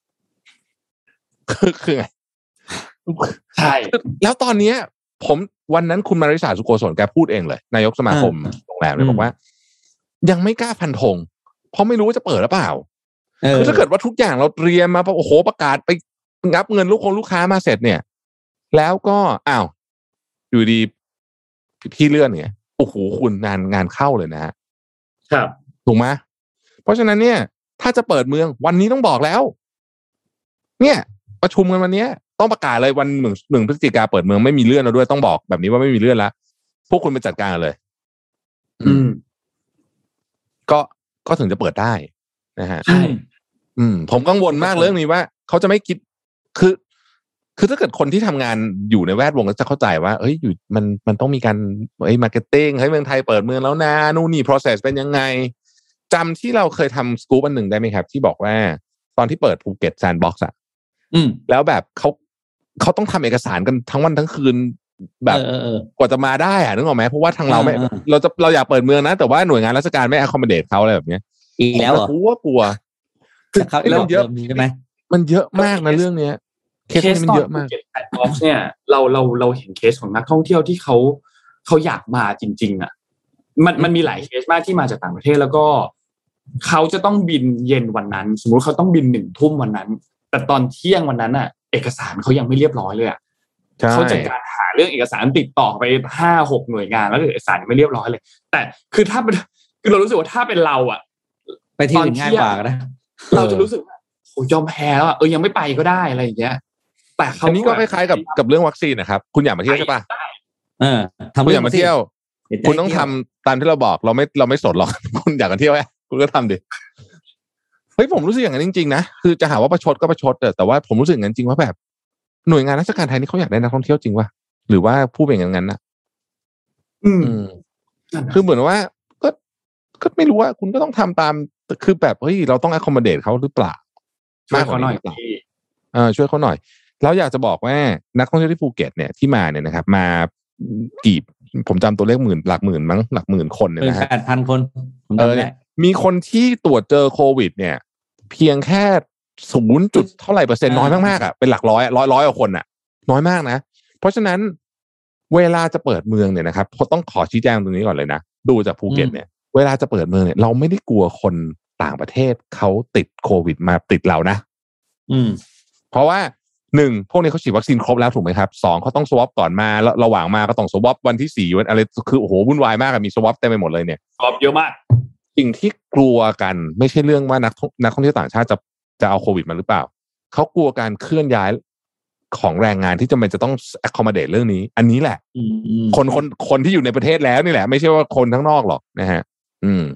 คือคือไงใช่แล้วตอนนี้ผมวันนั้นคุณมาริสาสุโกศลแกพูดเองเลยนายกสมาคมโรงแรมเลยบอกว่ายังไม่กล้าฟันธงเพราะไม่รู้ว่าจะเปิดหรือเปล่าคือถ้าเกิดว่าทุกอย่างเราเตรียมมาโอ้โหประกาศไปงับเงินลูกคงลูกค้ามาเสร็จเนี่ยแล้วก็อ้าวอยู่ดีพี่เลื่อนเนี่ยโอ้โหคุณงานงานเข้าเลยนะฮะครับถูกไหมเพราะฉะนั้นเนี่ยถ้าจะเปิดเมืองวันนี้ต้องบอกแล้วเนี่ยประชุมกันวันนี้ต้องประกาศเลยวันหนึ่งหนึ่งพฤศจิกาเปิดเมืองไม่มีเลื่อนแล้วด้วยต้องบอกแบบนี้ว่าไม่มีเลื่อนแล้วพวกคุณไปจัดการเลยอืมก็ก็ถึงจะเปิดได้นะฮะใช่อืมผมกังวลมากเรื่องนี้ว่าเขาจะไม่คิดคือคือถ้าเกิดคนที่ทำงานอยู่ในแวดวงก็จะเข้าใจว่าเอ้ยอยู่มันมันต้องมีการเอ้ยมาร์เก็ตติ้งให้เมืองไทยเปิดเมืองแล้วนะนู่นนี่ process เป็นยังไงจำที่เราเคยทำสกู๊ปอันหนึ่งได้ไหมครับที่บอกว่าตอนที่เปิดภูเก็ตแซนด์บ็อกซ์อ่ะแล้วแบบเขาเขาต้องทำเอกสารกันทั้งวันทั้งคืนแบบกว่าจะมาได้อ่ะนึกออกไหมเพราะว่าทางเราไม่เราจะเราอยากเปิดเมืองนะแต่ว่าหน่วยงานราชการไม่ accommodate เขาอะไรแบบนี้อีกแล้วเหรอกลัวกลัวเขาเริ่มเยอะใช่ไหมมันเยอะมากนะเรื่องเนี้ยเคสมันเยอะมากแอดบ็อกซ์เนี่ยเราเราเราเห็นเคสของนักท่องเที่ยวที่เขาเขาอยากมาจริงๆอ่ะมันมันมีหลายเคสมากที่มาจากต่างประเทศแล้วก็เขาจะต้องบินเย็นวันนั้นสมมุติเขาต้องบินหนึ่งทุ่มวันนั้นแต่ตอนเที่ยงวันนั้นอ่ะเอกสารเขายังไม่เรียบร้อยเลยอ่ะเขาจัดการหาเรื่องเอกสารติดต่อไปห้าหกหน่วยงานแล้วเอกสารยังไม่เรียบร้อยเลยแต่คือถ้าคือเรารู้สึกว่าถ้าเป็นเราอ่ะไปที่อื่นง่ายกว่านะเราจะรู้สึกว่าโหยอมแพ้แล้วเออยังไม่ไปก็ได้อะไรอย่างเงี้ยแต่เขาอันนี้ก็คล้ายๆกับกับเรื่องวัคซีนนะครับคุณอยากมาเที่ยวใช่ป่ะเออทำคุณอยากมาเที่ยวคุณต้องทำตามที่เราบอกเราไม่เราไม่สนหรอกคุณอยากมาเที่ยวแหละคุณก็ทำดิเฮ้ยผมรู้สึกอย่างนั้นจริงๆนะคือจะหาว่าประชดก็ประชดแต่ว่าผมรู้สึกอย่างนั้นจริงว่าแบบหน่วยงานราชการไทยนี่เขาอยากได้นักท่องเที่ยวจริงวะหรือว่าผู้เป็นอย่างนั้นนะอืมคือเหมือนว่าก็ก็ไม่รู้ว่าคุณก็ต้องทำตามคือแบบเฮ้ยเราต้อง accommodate เขาหรือเปล่าช่วยเขาหน่อยเออช่วยเขาหน่อยแล้วอยากจะบอกว่านักท่องเที่ยวที่ภูเก็ตเนี่ยที่มาเนี่ยนะครับมากี่ผมจำตัวเลขหมื่นหลักหมื่นมั้งหลักหมื่นคนเนี่ยนะฮะแปดพัน คนเออเนี่ยมีคนที่ตรวจเจอโควิดเนี่ยเพียงแค่ศูนย์จุดเท่าไหร่เปอร์เซ็นต์น้อยมากๆอ่ะเป็นหลักร้อยร้อยร้อยกว่าคนอ่ะน้อยมากนะเพราะฉะนั้นเวลาจะเปิดเมืองเนี่ยนะครับต้องขอชี้แจงตรงนี้ก่อนเลยนะดูจากภูเก็ตเนี่ยเวลาจะเปิดเมืองเนี่ยเราไม่ได้กลัวคนต่างประเทศเขาติดโควิดมาติดเรานะอืมเพราะว่าหนึ่งพวกนี้เขาฉีดวัคซีนครบแล้วถูกไหมครับสองเขาต้องสวอปก่อนมาแล้วระหว่างมาก็ต้องสวอปวันที่สี่วันอะไรคือโอ้โหวุ่นวายมากมีสวอปเต็มไปหมดเลยเนี่ยสวอปเยอะมากสิ่งที่กลัวกันไม่ใช่เรื่องว่านักนักท่องเที่ยวต่างชาติจะจะเอาโควิดมาหรือเปล่าเขากลัวการเคลื่อนย้ายของแรงงานที่จำเป็นจะต้อง accommodate เรื่องนี้อันนี้แหละคนคนคนที่อยู่ในประเทศแล้วนี่แหละไม่ใช่ว่าคนทั้งนอกหรอกนะฮะอืม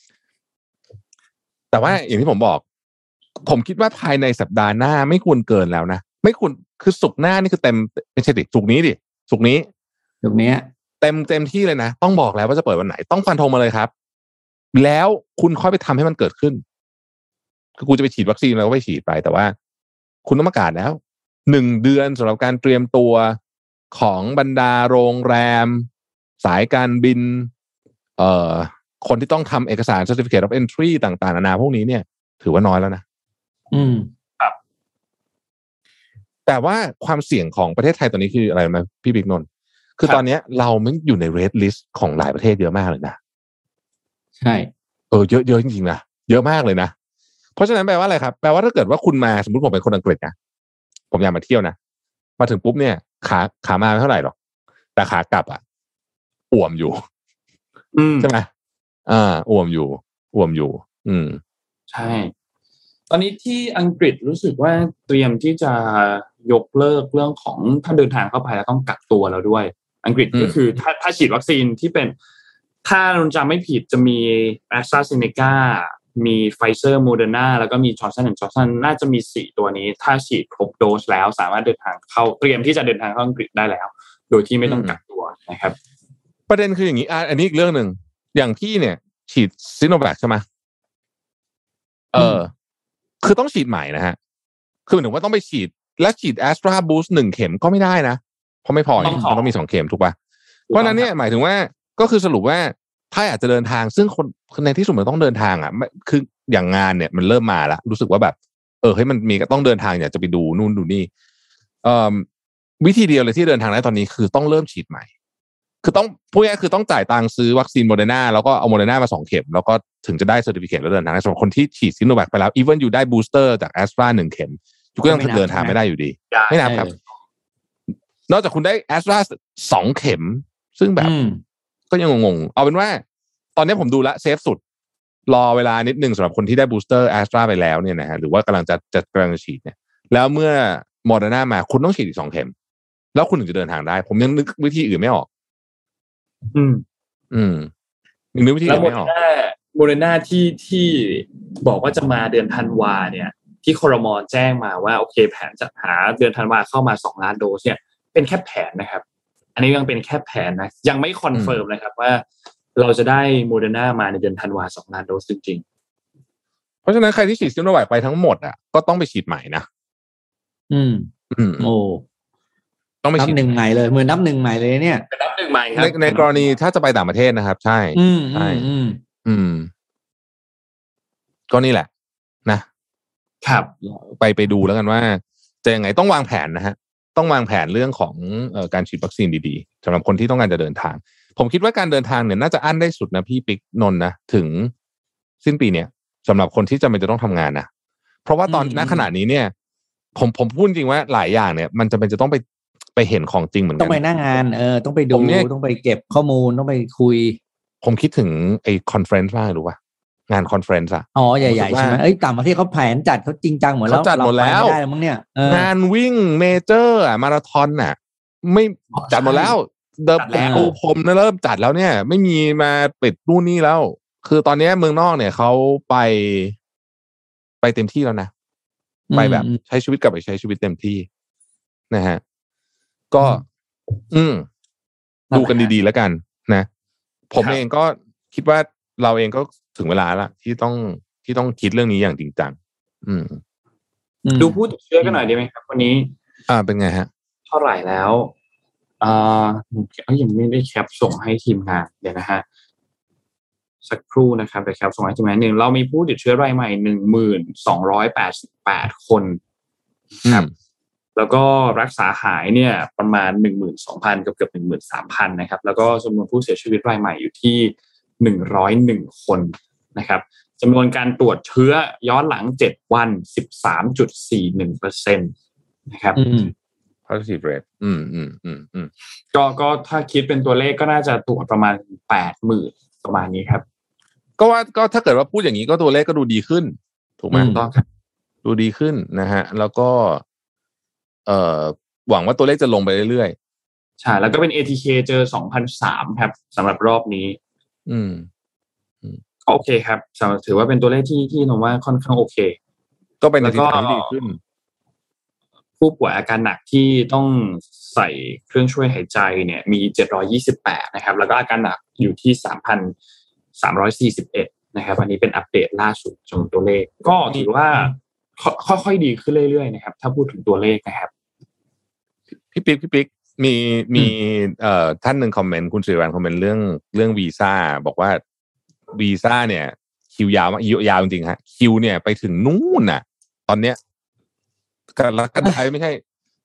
แต่ว่าอย่างที่ผมบอกผมคิดว่าภายในสัปดาห์หน้าไม่ควรเกินแล้วนะไม่ควรคือศุกร์หน้านี่คือเต็มไม่ใช่ดิศุกร์นี้ดิศุกร์นี้ศุกร์นี้เต็มเต็มที่เลยนะต้องบอกแล้วว่าจะเปิดวันไหนต้องฟันธงมาเลยครับแล้วคุณค่อยไปทำให้มันเกิดขึ้นคือกูจะไปฉีดวัคซีนแล้วก็ไปฉีดไปแต่ว่าคุณต้องประกาศแล้วหนึ่งเดือนสำหรับการเตรียมตัวของบรรดาโรงแรมสายการบินเอ่อคนที่ต้องทำเอกสาร Certificate of Entry ต่างๆนานาพวกนี้เนี่ยถือว่าน้อยแล้วนะอืมครับแต่ว่าความเสี่ยงของประเทศไทยตอนนี้คืออะไรไหมพี่บิ๊กนนท์คือตอนนี้เราไม่อยู่ในเรดลิสต์ของหลายประเทศเยอะมากเลยนะใช่เออเยอะเยอะจริงๆนะเยอะมากเลยนะเพราะฉะนั้นแปลว่าอะไรครับแปลว่าถ้าเกิดว่าคุณมาสมมติผมเป็นคนอังกฤษนะผมอยากมาเที่ยวนะมาถึงปุ๊บเนี่ยขาขามาไม่เท่าไหร่หรอกแต่ขากลับอ่ะอ่วมอยู่ใช่ไหมอ่าอ่วมอยู่อ่วมอยู่อืมใช่ตอนนี้ที่อังกฤษรู้สึกว่าเตรียมที่จะยกเลิกเรื่องของถ้าเดินทางเข้าไปแล้วต้องกักตัวแล้วด้วยอังกฤษก็คือถ้าถ้าฉีดวัคซีนที่เป็นถ้าเราจำไม่ผิดจะมี AstraZeneca มี Pfizer Moderna แล้วก็มี Johnson แอนด์ Johnson น่าจะมีสี่ตัวนี้ถ้าฉีดครบโดสแล้วสามารถเดินทางเข้าเตรียมที่จะเดินทางเข้าอังกฤษได้แล้วโดยที่ไม่ต้องกักตัวนะครับประเด็นคืออย่างนี้อ่ะอันนี้อีกเรื่องนึงอย่างพี่เนี่ยฉีดซิโนแวคใช่ไหมเออคือต้องฉีดใหม่นะฮะคือหมายถึงว่าต้องไปฉีดและฉีด Astra Boost หนึ่งเข็มก็ไม่ได้นะเพราะไม่พอมันต้องมีสองเข็มถูกป่ะเพราะนั้นเนี่ยหมายถึงว่าก็คือสรุปว่าถ้าอยากจะเดินทางซึ่งคนในที่สุดมันต้องเดินทางอ่ะคืออย่างงานเนี่ยมันเริ่มมาแล้วรู้สึกว่าแบบเออเฮ้ยมันมีก็ต้องเดินทางอยากจะไปดูนู่นดูนี่เอ่อวิธีเดียวเลยที่เดินทางได้ตอนนี้คือต้องเริ่มฉีดใหม่คือต้องพูดง่ายๆคือต้องจ่ายตังค์ซื้อวัคซีนโมเดอร์นาแล้วก็เอาโมเดอร์นามาสองเข็มแล้วก็ถึงจะได้เซอร์ติฟิเคตแล้วเดินทางสำหรับคนที่ฉีดซิโนแวคไปแล้วอีเวนอยู่ได้บูสเตอร์จากแอสตราหนึ่งเข็มอยู่ก็ยังเดินทางไม่ได้อยู่ดีไม่นับครับนอกจากคุณได้แอสตราสองเข็มซึ่งแบบก็ยังงงๆเอาเป็นว่าตอนนี้ผมดูแลเซฟสุดรอเวลานิดนึงสำหรับคนที่ได้บูสเตอร์แอสตราไปแล้วเนี่ยนะฮะหรือว่ากำลังจะจะกำลังฉีดเนี่ยแล้วเมื่อโมเดอร์นามาคุณต้องฉีดอีกสองเข็มแล้วคุณถึงจะเดินทางได้ผมยังนึกวิธีอื่นไม่ออกอืมอืมนึกวิธีแล้วโมไม่เดอออกร์นาโมเดอร์นาที่ที่บอกว่าจะมาเดือนธันวาเนี่ยที่ครม.แจ้งมาว่าโอเคแผนจะหาเดือนธันวาเข้ามาสองล้านโดสเนี่ยเป็นแค่แผนนะครับอันนี้ยังเป็นแค่แผนนะยังไม่คอนเฟิร์มนะครับว่าเราจะได้โมเดอร์นามาในเดือนธันวาสองล้านโดสจริงๆเพราะฉะนั้นใครที่ฉีดซิโนแวคไปทั้งหมดอ่ะก็ต้องไปฉีดใหม่นะอืมอืมโอ้ต้องไปฉีดหนึ่งใหม่เลยเหมือนนับหนึ่งใหม่เลยเนี่ยเป็นนับหนึ่งใหม่ครับในในกรณีถ้าจะไปต่างประเทศนะครับใช่ใช่อืมก็นี่แหละนะครับไปไปดูแล้วกันว่าจะยังไงต้องวางแผนนะฮะต้องวางแผนเรื่องของเอ่อการฉีดวัคซีนดีๆสำหรับคนที่ต้องการจะเดินทางผมคิดว่าการเดินทางเนี่ยน่าจะอั้นได้สุดนะพี่ปิ๊กนนท์นะถึงสิ้นปีเนี่ยสำหรับคนที่จำเป็นจะต้องทำงานนะเพราะว่าตอนณขณะนี้เนี่ยผมผมพูดจริงว่าหลายอย่างเนี่ยมันจำเป็นจะต้องไปไปเห็นของจริงเหมือนกันต้องไปหน้างานเออต้องไปดูต้องไปเก็บข้อมูลต้องไปคุยผมคิดถึงไอ้คอนเฟรนซ์มากรู้ป่ะงานคอนเฟรนซ์อะอ๋อใหญ่ๆใช่ไหมเอ้ยต่างประเทศเขาแผนจัดเขาจริงจังหมดแล้วเขาจัดหมดแล้วได้แล้วมั้งเนี่ยงานวิ่งเมเจอร์อะมาราธอนอะไม่จัดหมดแล้วเดิมปูพรมเริ่มจัดแล้วเนี่ยไม่มีมาปิดนู่นนี่แล้วคือตอนนี้เมืองนอกเนี่ยเขาไปไปเต็มที่แล้วนะไปแบบใช้ชีวิตกลับไปใช้ชีวิตเต็มที่นะฮะก็อืมดูกันดีๆแล้วกันนะผมเองก็คิดว่าเราเองก็ถึงเวลาละที่ต้องที่ต้องคิดเรื่องนี้อย่างจริงจังอืมดูผู้ติดเชื้อกันหน่อยได้ไหมครับวันนี้อ่าเป็นไงฮะเท่าไหร่แล้วอ่ายังไม่ได้แคปส่งให้ทีมงานเดี๋ยวนะฮะสักครู่นะครับไปแคปส่งให้ทีมงานหนึ่งเรามีผู้ติดเชื้อรายใหม่หนึ่งหมื่นสองร้อยแปดสิบแปดคนครับแล้วก็รักษาหายเนี่ยประมาณ หนึ่งหมื่นสองพัน เกือบๆ หนึ่งหมื่นสามพัน นะครับแล้วก็จำนวนผู้เสียชีวิตรายใหม่อยู่ที่หนึ่งร้อยเอ็ดคนนะครับจำนวนการตรวจเชื้อย้อนหลังเจ็ดวัน สิบสามจุดสี่หนึ่งเปอร์เซ็นต์ นะครับ positive rate อืมอืมอืมอืมก็ก็ถ้าคิดเป็นตัวเลขก็น่าจะตรวจประมาณ แปดหมื่น ประมาณนี้ครับก็ว่าก็ถ้าเกิดว่าพูดอย่างนี้ก็ตัวเลขก็ดูดีขึ้นถูกไหมถูกต้องครับดูดีขึ้นนะฮะแล้วก็เอ่อหวังว่าตัวเลขจะลงไปเรื่อยๆใช่แล้วก็เป็น เอ ที เค เจอ สองพันสาม ครับสำหรับรอบนี้อืมโอเคครับถือว่าเป็นตัวเลขที่ที่ผมว่าค่อนข้างโอเคก็เป็นทิศทางที่ดีขึ้นผู้ป่วยอาการหนักที่ต้องใส่เครื่องช่วยหายใจเนี่ยมีเจ็ดร้อยยี่สิบแปดนะครับแล้วก็อาการหนักอยู่ที่ สามพันสามร้อยสี่สิบเอ็ด นะครับอันนี้เป็นอัปเดตล่าสุดจำนวนตัวเลขก็ถือว่าค่อยๆดีขึ้นเรื่อยๆนะครับถ้าพูดถึงตัวเลขนะครับพี่ปิ๊กพี่ปิ๊กมีมีเอ่อท่านหนึ่งคอมเมนต์คุณสิริวัลคอมเมนต์เรื่องเรื่องวีซ่าบอกว่าวีซ่าเนี่ยคิวยาวมากยาวจริงๆฮะคิวเนี่ยไปถึงนู่นน่ะตอนเนี้ยกรกฎาคมไม่ใช่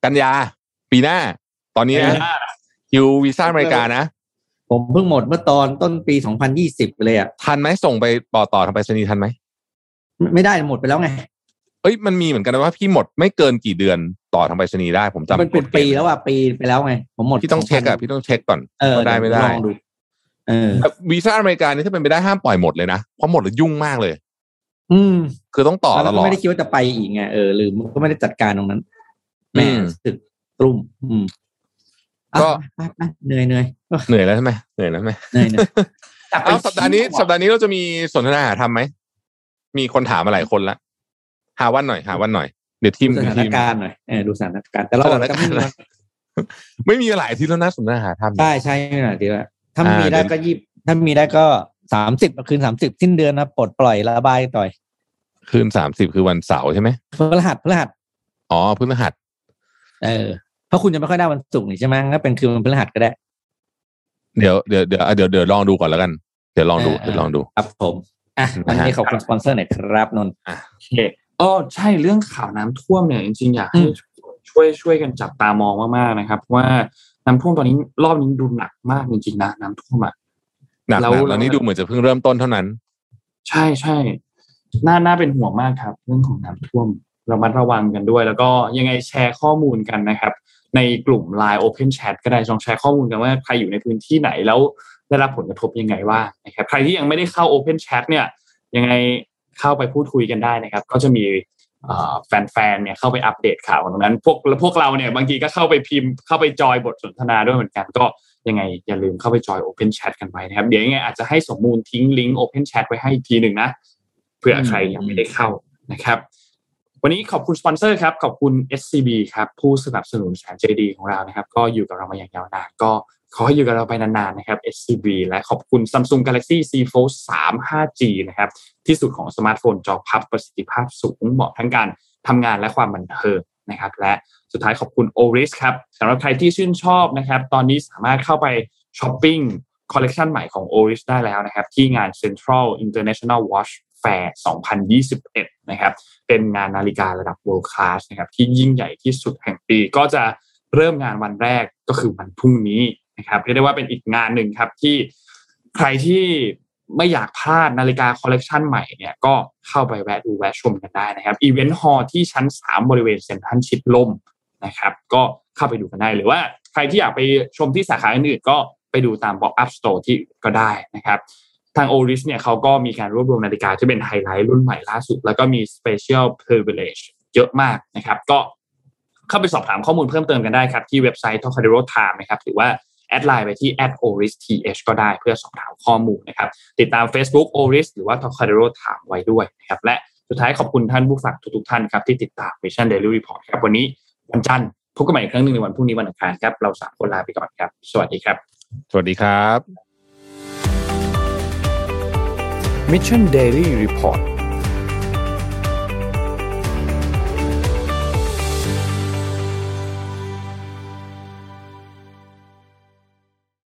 กันยาปีหน้าตอนนี้นะคิววีซ่าอเมริกานะผมเพิ่งหมดเมื่อตอนต้นปีสองพันยี่สิบเลยอ่ะทันไหมส่งไปต่อต่อทางไปรษณีย์ทันไหมไม่ได้หมดไปแล้วไงเอ้ยมันมีเหมือนกันนะว่าพี่หมดไม่เกินกี่เดือนต่อทางไปรษณีย์ได้ผมจำมันเป็นปีแล้วอ่ะปีไปแล้วไงผมหมดพี่ต้องเช็คอ่ะพี่ต้องเช็คก่อนว่าได้ไม่ได้ลองดูเออวีซ่าอเมริกานี่ถ้าเป็นไปได้ห้ามปล่อยหมดเลยนะเพราะหมดแล้วยุ่งมากเลยอืมคือต้องต่อตลอดไม่ได้คิดว่าจะไปอีกไงเออหรือก็ไม่ได้จัดการตรงนั้นแม่สึกตรุ่มอืมก็เหนื่อยเหนื่อยเหนื่อยแล้วใช่ไหมเหนื่อยแล้วใช่ไหมเหนื่อยเหนื่อยเอาสัปดาห์นี้สัปดาห์นี้เราจะมีสนทนาหาธรรมไหมมีคนถามมาหลายคนละหาวันหน่อยหาวันหน่อยเดี๋ยวทีมสถานการณ์หน่อยเออดูสถานการณ์แต่เราจะไม่มีไม่มีหลายทีแล้วนะสนทนาหาธรรมใช่ใช่ไม่หลายทีแล้วถ้ามีได้ก็ยี่ถ้ามีได้ก็สามสิบคืนสามสิบสิ้นเดือนนะปลดปล่อยระบายต่อยคืนสามสิบคือวันเสาร์ใช่ไหมพฤหัสพฤหัสอ๋อพฤหัสเออเพราะคุณจะไม่ค่อยได้วันศุกร์นี่ใช่ไหมก็เป็นคืนวันพฤหัสก็ได้เดี๋ยวเดี๋ยวเดี๋ยวเดี๋ยวเดี๋ยวลองดูก่อนแล้วกันเดี๋ยวลองดูเดี๋ยวลองดูครับผมอ่ะวันนี้ขอบคุณสปอนเซอร์หน่อยครับนนท์อ่ะโอเคอ๋อใช่เรื่องข่าวน้ำท่วมเนี่ยจริงๆอยากให้ช่วยช่วยกันจับตามองมากๆนะครับว่าน้ำท่วมตอนนี้รอบนี้ดูหนักมากจริงๆนะน้ำท่วมอ่ะหนักแล้วตอนนี้ดูเหมือนจะเพิ่งเริ่มต้นเท่านั้นใช่ใช่น่าน่าเป็นห่วงมากครับเรื่องของน้ำท่วมระมัดระวังกันด้วยแล้วก็ยังไงแชร์ข้อมูลกันนะครับในกลุ่ม ไลน์ Open Chat ก็ได้ลองแชร์ข้อมูลกันว่าใครอยู่ในพื้นที่ไหนแล้วได้รับผลกระทบยังไงว่านะครับใครที่ยังไม่ได้เข้า Open Chat เนี่ยยังไงเข้าไปพูดคุยกันได้นะครับก็จะมีแฟนๆเนี่ยเข้าไปอัปเดตข่าวตรงนั้นพวกพวกเราเนี่ยบางทีก็เข้าไปพิมพ์เข้าไปจอยบทสนทนาด้วยเหมือนกันก็ยังไงอย่าลืมเข้าไปจอย Open Chat กันไว้นะครับเดี๋ยวยังไงอาจจะให้สมมูลทิ้งลิงก์ Open Chat ไว้ให้อีกทีนึงนะเผื่อใครยังไม่ได้เข้านะครับวันนี้ขอบคุณสปอนเซอร์ครับขอบคุณ เอส ซี บี ครับผู้สนับสนุนแสนใจดีของเรานะครับก็อยู่กับเรามาอย่างยาวนานก็ขอให้อยู่กับเราไปนานๆนะครับ เอส ซี บี และขอบคุณ Samsung Galaxy Z Fold สาม ห้าจี นะครับที่สุดของสมาร์ทโฟนจอพับประสิทธิภาพสูงเหมาะทั้งการทำงานและความบันเทิงนะครับและสุดท้ายขอบคุณ Oris ครับสำหรับใครที่ชื่นชอบนะครับตอนนี้สามารถเข้าไปช้อปปิ้งคอลเลคชันใหม่ของ Oris ได้แล้วนะครับที่งาน Central International Watch Fair สองพันยี่สิบเอ็ดนะครับเป็นงานนาฬิการะดับ World Class นะครับที่ยิ่งใหญ่ที่สุดแห่งปีก็จะเริ่มงานวันแรกก็คือวันพรุ่งนี้นะครับเรียกได้ว่าเป็นอีกงานหนึ่งครับที่ใครที่ไม่อยากพลาดนาฬิกาคอลเลคชันใหม่เนี่ยก็เข้าไปแวะดูแวะชมกันได้นะครับอีเวนต์ฮอลล์ที่ชั้นสามบริเวณเซ็นทรัลชิดลมนะครับก็เข้าไปดูกันได้หรือว่าใครที่อยากไปชมที่สาขาอื่นๆก็ไปดูตาม Pop-up Store ที่ก็ได้นะครับทาง Oris เนี่ยเขาก็มีการรวบรวมนาฬิกาที่เป็นไฮไลท์รุ่นใหม่ล่าสุดแล้วก็มี Special Privilege เยอะมากนะครับก็เข้าไปสอบถามข้อมูลเพิ่มเติมกันได้ครับที่เว็บไซต์ Tocadero Time นะครับหรือว่าแอดไลน์ไปที่ แอท โอริส ที เอช ก็ได้เพื่อสอบถามข้อมูลนะครับติดตาม Facebook Oris หรือว่า Tocadero Time ไว้ด้วยนะครับและสุดท้ายขอบคุณท่านผู้ฟังทุกๆท่านครับที่ติดตาม Mission Daily Report ครับวันนี้วันจันทร์พบกันใหม่อีกครั้งนึงในวันพรุ่งนี้วันอังคารครับเราสามคนลาไปก่อนครับสวัสดีครับสวัสดีครับ Mission Daily Report